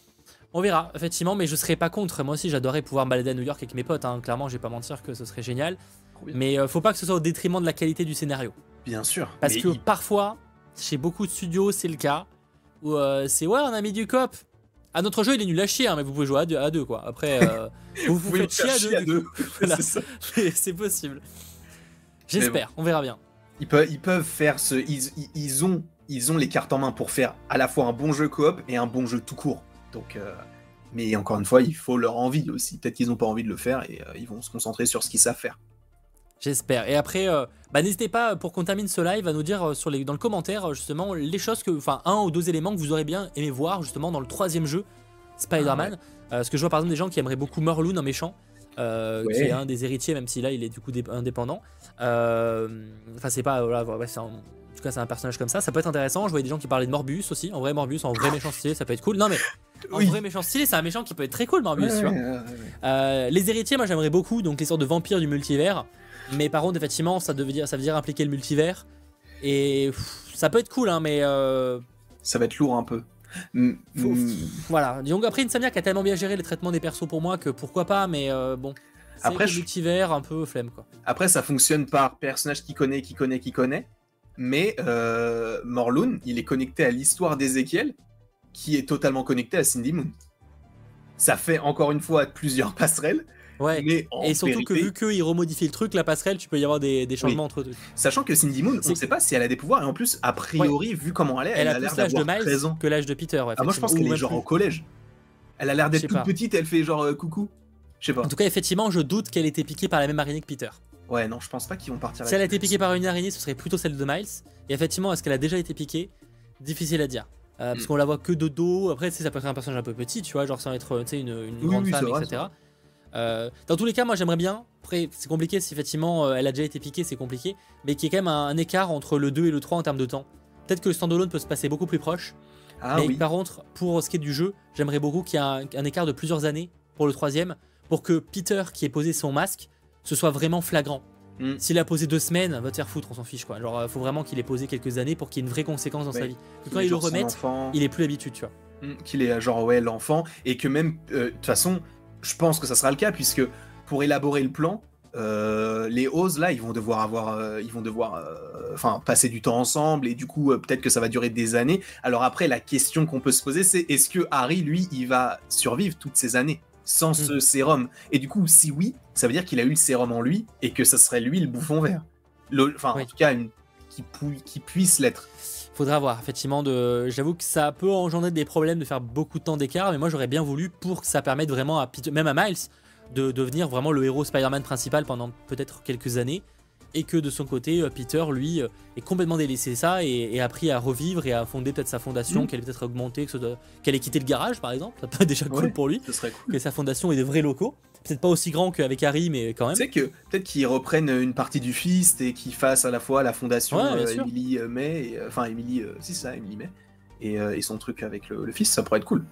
on verra, effectivement. Mais je serais pas contre. Moi aussi, j'adorais pouvoir me balader à New York avec mes potes. Hein. Clairement, je vais pas mentir que ce serait génial. Mais euh, faut pas que ce soit au détriment de la qualité du scénario. Bien sûr. Parce que il... parfois, chez beaucoup de studios, c'est le cas. Où euh, c'est ouais, on a mis du coop. À notre jeu, il est nul à chier, hein, mais vous pouvez jouer à deux, à deux quoi. Après, euh, vous vous faites chier à deux. À deux. Voilà. C'est possible. J'espère, bon. On verra bien. Ils peuvent, ils peuvent faire ce. Ils, ils, ont, ils ont les cartes en main pour faire à la fois un bon jeu coop et un bon jeu tout court. Donc, euh, mais encore une fois, il faut leur envie aussi. Peut-être qu'ils n'ont pas envie de le faire et euh, ils vont se concentrer sur ce qu'ils savent faire. J'espère. Et après, euh, bah, n'hésitez pas, pour qu'on termine ce live, à nous dire euh, sur les, dans le commentaire, justement, les choses que. Enfin, un ou deux éléments que vous aurez bien aimé voir, justement, dans le troisième jeu, Spider-Man. Ah ouais. euh, parce que je vois par exemple des gens qui aimeraient beaucoup Morlun en méchant. euh, Ouais. qui est un des héritiers, même si là il est du coup dé- indépendant. Euh, Enfin, c'est pas. Voilà, ouais, c'est un- en tout cas, c'est un personnage comme ça. Ça peut être intéressant. Je voyais des gens qui parlaient de Morbius aussi. En vrai, Morbius, en vrai méchant stylé, ça peut être cool. Non, mais en Oui. vrai méchant stylé, c'est un méchant qui peut être très cool, Morbius, Ouais, tu vois. ouais, ouais, ouais. Euh, les héritiers, moi j'aimerais beaucoup, donc les sortes de vampires du multivers. Mais par contre, effectivement, ça, veut dire, ça veut dire impliquer le multivers. Et pff, ça peut être cool, hein, mais euh, Ça va être lourd un peu. Mm, faut- mm. voilà. Disons qu'après, Insomniac a tellement bien géré les traitements des persos pour moi que pourquoi pas, mais euh, bon. C'est Après, le je- multivers, un peu flemme, quoi. Après, ça fonctionne par personnage qui connaît, qui connaît, qui connaît. Mais euh, Morlun, il est connecté à l'histoire d'Ezekiel, qui est totalement connecté à Cindy Moon. Ça fait encore une fois plusieurs passerelles. Ouais. Mais en Et surtout vérité, que vu qu'ils remodifient le truc, la passerelle, tu peux y avoir des, des changements entre eux. sachant que Cindy Moon, on C'est- ne sait pas si elle a des pouvoirs, et en plus, a priori, vu comment elle est, Elle, elle, a a plus l'air l'âge de d'avoir Miles treize ans. que l'âge de Peter. Ouais, Ah, moi je pense effectivement. qu'elle Ou est même genre plus. au collège. Elle a l'air Je d'être sais toute pas. petite, elle fait genre euh, coucou. Je sais pas. En tout cas, effectivement, je doute qu'elle ait été piquée par la même araignée que Peter. Ouais, non, je pense pas qu'ils vont partir Si elle a là-dessus. été piquée par une araignée, ce serait plutôt celle de Miles. Et effectivement, est-ce qu'elle a déjà été piquée? Difficile à dire. Euh, parce Mm. qu'on la voit que de dos. Après, tu sais, ça peut être un personnage un peu petit, tu vois, genre sans être tu sais, une, une Oui, grande oui, femme, c'est vrai, et cetera. Euh, dans tous les cas, moi j'aimerais bien. Après, c'est compliqué si effectivement euh, elle a déjà été piquée, c'est compliqué. Mais qu'il y ait quand même un, un écart entre le deux et le trois en termes de temps. Peut-être que le standalone peut se passer beaucoup plus proche. Ah mais oui. par contre, pour ce qui est du jeu, j'aimerais beaucoup qu'il y ait un, un écart de plusieurs années pour le troisième. Pour que Peter qui ait posé son masque, ce soit vraiment flagrant. Mm. S'il a posé deux semaines, va te faire foutre, on s'en fiche quoi. Genre, euh, faut vraiment qu'il ait posé quelques années pour qu'il y ait une vraie conséquence dans Ouais. sa vie. Que Qu'il quand est il le genre son remette, enfant. il est plus l'habitude, tu vois. Mm, qu'il est euh, genre ouais l'enfant et que même euh, de toute façon je pense que ça sera le cas puisque pour élaborer le plan euh, les Oz là ils vont devoir avoir euh, ils vont devoir euh, enfin passer du temps ensemble et du coup euh, peut-être que ça va durer des années. Alors après la question qu'on peut se poser c'est est-ce que Harry lui il va survivre toutes ces années sans Mm. ce sérum? Et du coup si oui ça veut dire qu'il a eu le sérum en lui et que ça serait lui le bouffon vert. Le- enfin Oui. en tout cas une qui, pou- qui puisse l'être. Faudra voir, effectivement. De... J'avoue que ça peut engendrer des problèmes de faire beaucoup de temps d'écart, mais moi j'aurais bien voulu pour que ça permette vraiment à Peter, même à Miles, de devenir vraiment le héros Spider-Man principal pendant peut-être quelques années, et que de son côté, euh, Peter, lui, euh, ait complètement délaissé ça et, et appris à revivre et à fonder peut-être sa fondation, Mm. qu'elle ait peut-être augmenté, que ce soit- qu'elle ait quitté le garage par exemple, ça peut être déjà cool Ouais. pour lui, Ce serait cool. que sa fondation ait des vrais locaux. Peut-être pas aussi grand qu'avec Harry, mais quand même. Tu sais que peut-être qu'ils reprennent une partie du Fist et qu'ils fassent à la fois la fondation Ouais, bien euh, sûr. Emily euh, May, et, euh, enfin Emily, euh, si c'est ça, Emily May, et, euh, et son truc avec le, le Fist, ça pourrait être cool.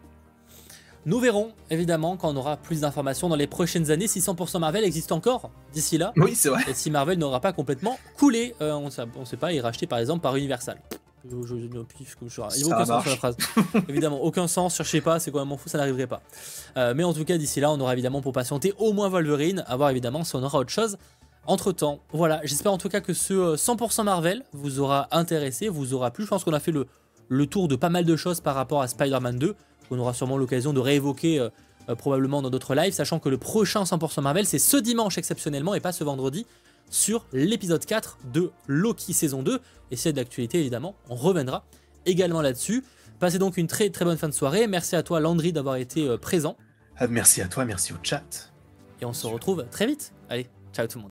Nous verrons évidemment quand on aura plus d'informations dans les prochaines années si cent pour cent Marvel existe encore d'ici là. Oui, c'est vrai. Et si Marvel n'aura pas complètement coulé, euh, on ne sait pas, et racheté par exemple par Universal. Je, je, je, pif, comme je- il n'y a Ça aucun sens marche. sur la phrase. Évidemment, aucun sens, cherchez pas, c'est complètement fou, ça n'arriverait pas. Euh, mais en tout cas, d'ici là, on aura évidemment pour patienter au moins Wolverine, à voir évidemment si on aura autre chose. Entre temps, voilà, j'espère en tout cas que ce euh, cent pour cent Marvel vous aura intéressé, vous aura plu. Je pense qu'on a fait le, le tour de pas mal de choses par rapport à Spider-Man deux, qu'on aura sûrement l'occasion de réévoquer euh, euh, probablement dans d'autres lives, sachant que le prochain cent pour cent Marvel, c'est ce dimanche exceptionnellement et pas ce vendredi, sur l'épisode quatre de Loki saison deux. Et si c'est d'actualité, évidemment, on reviendra également là-dessus. Passez donc une très très bonne fin de soirée. Merci à toi Landry d'avoir été euh, présent. Ah, merci à toi, merci au chat. Et on se retrouve très vite. Allez, ciao tout le monde.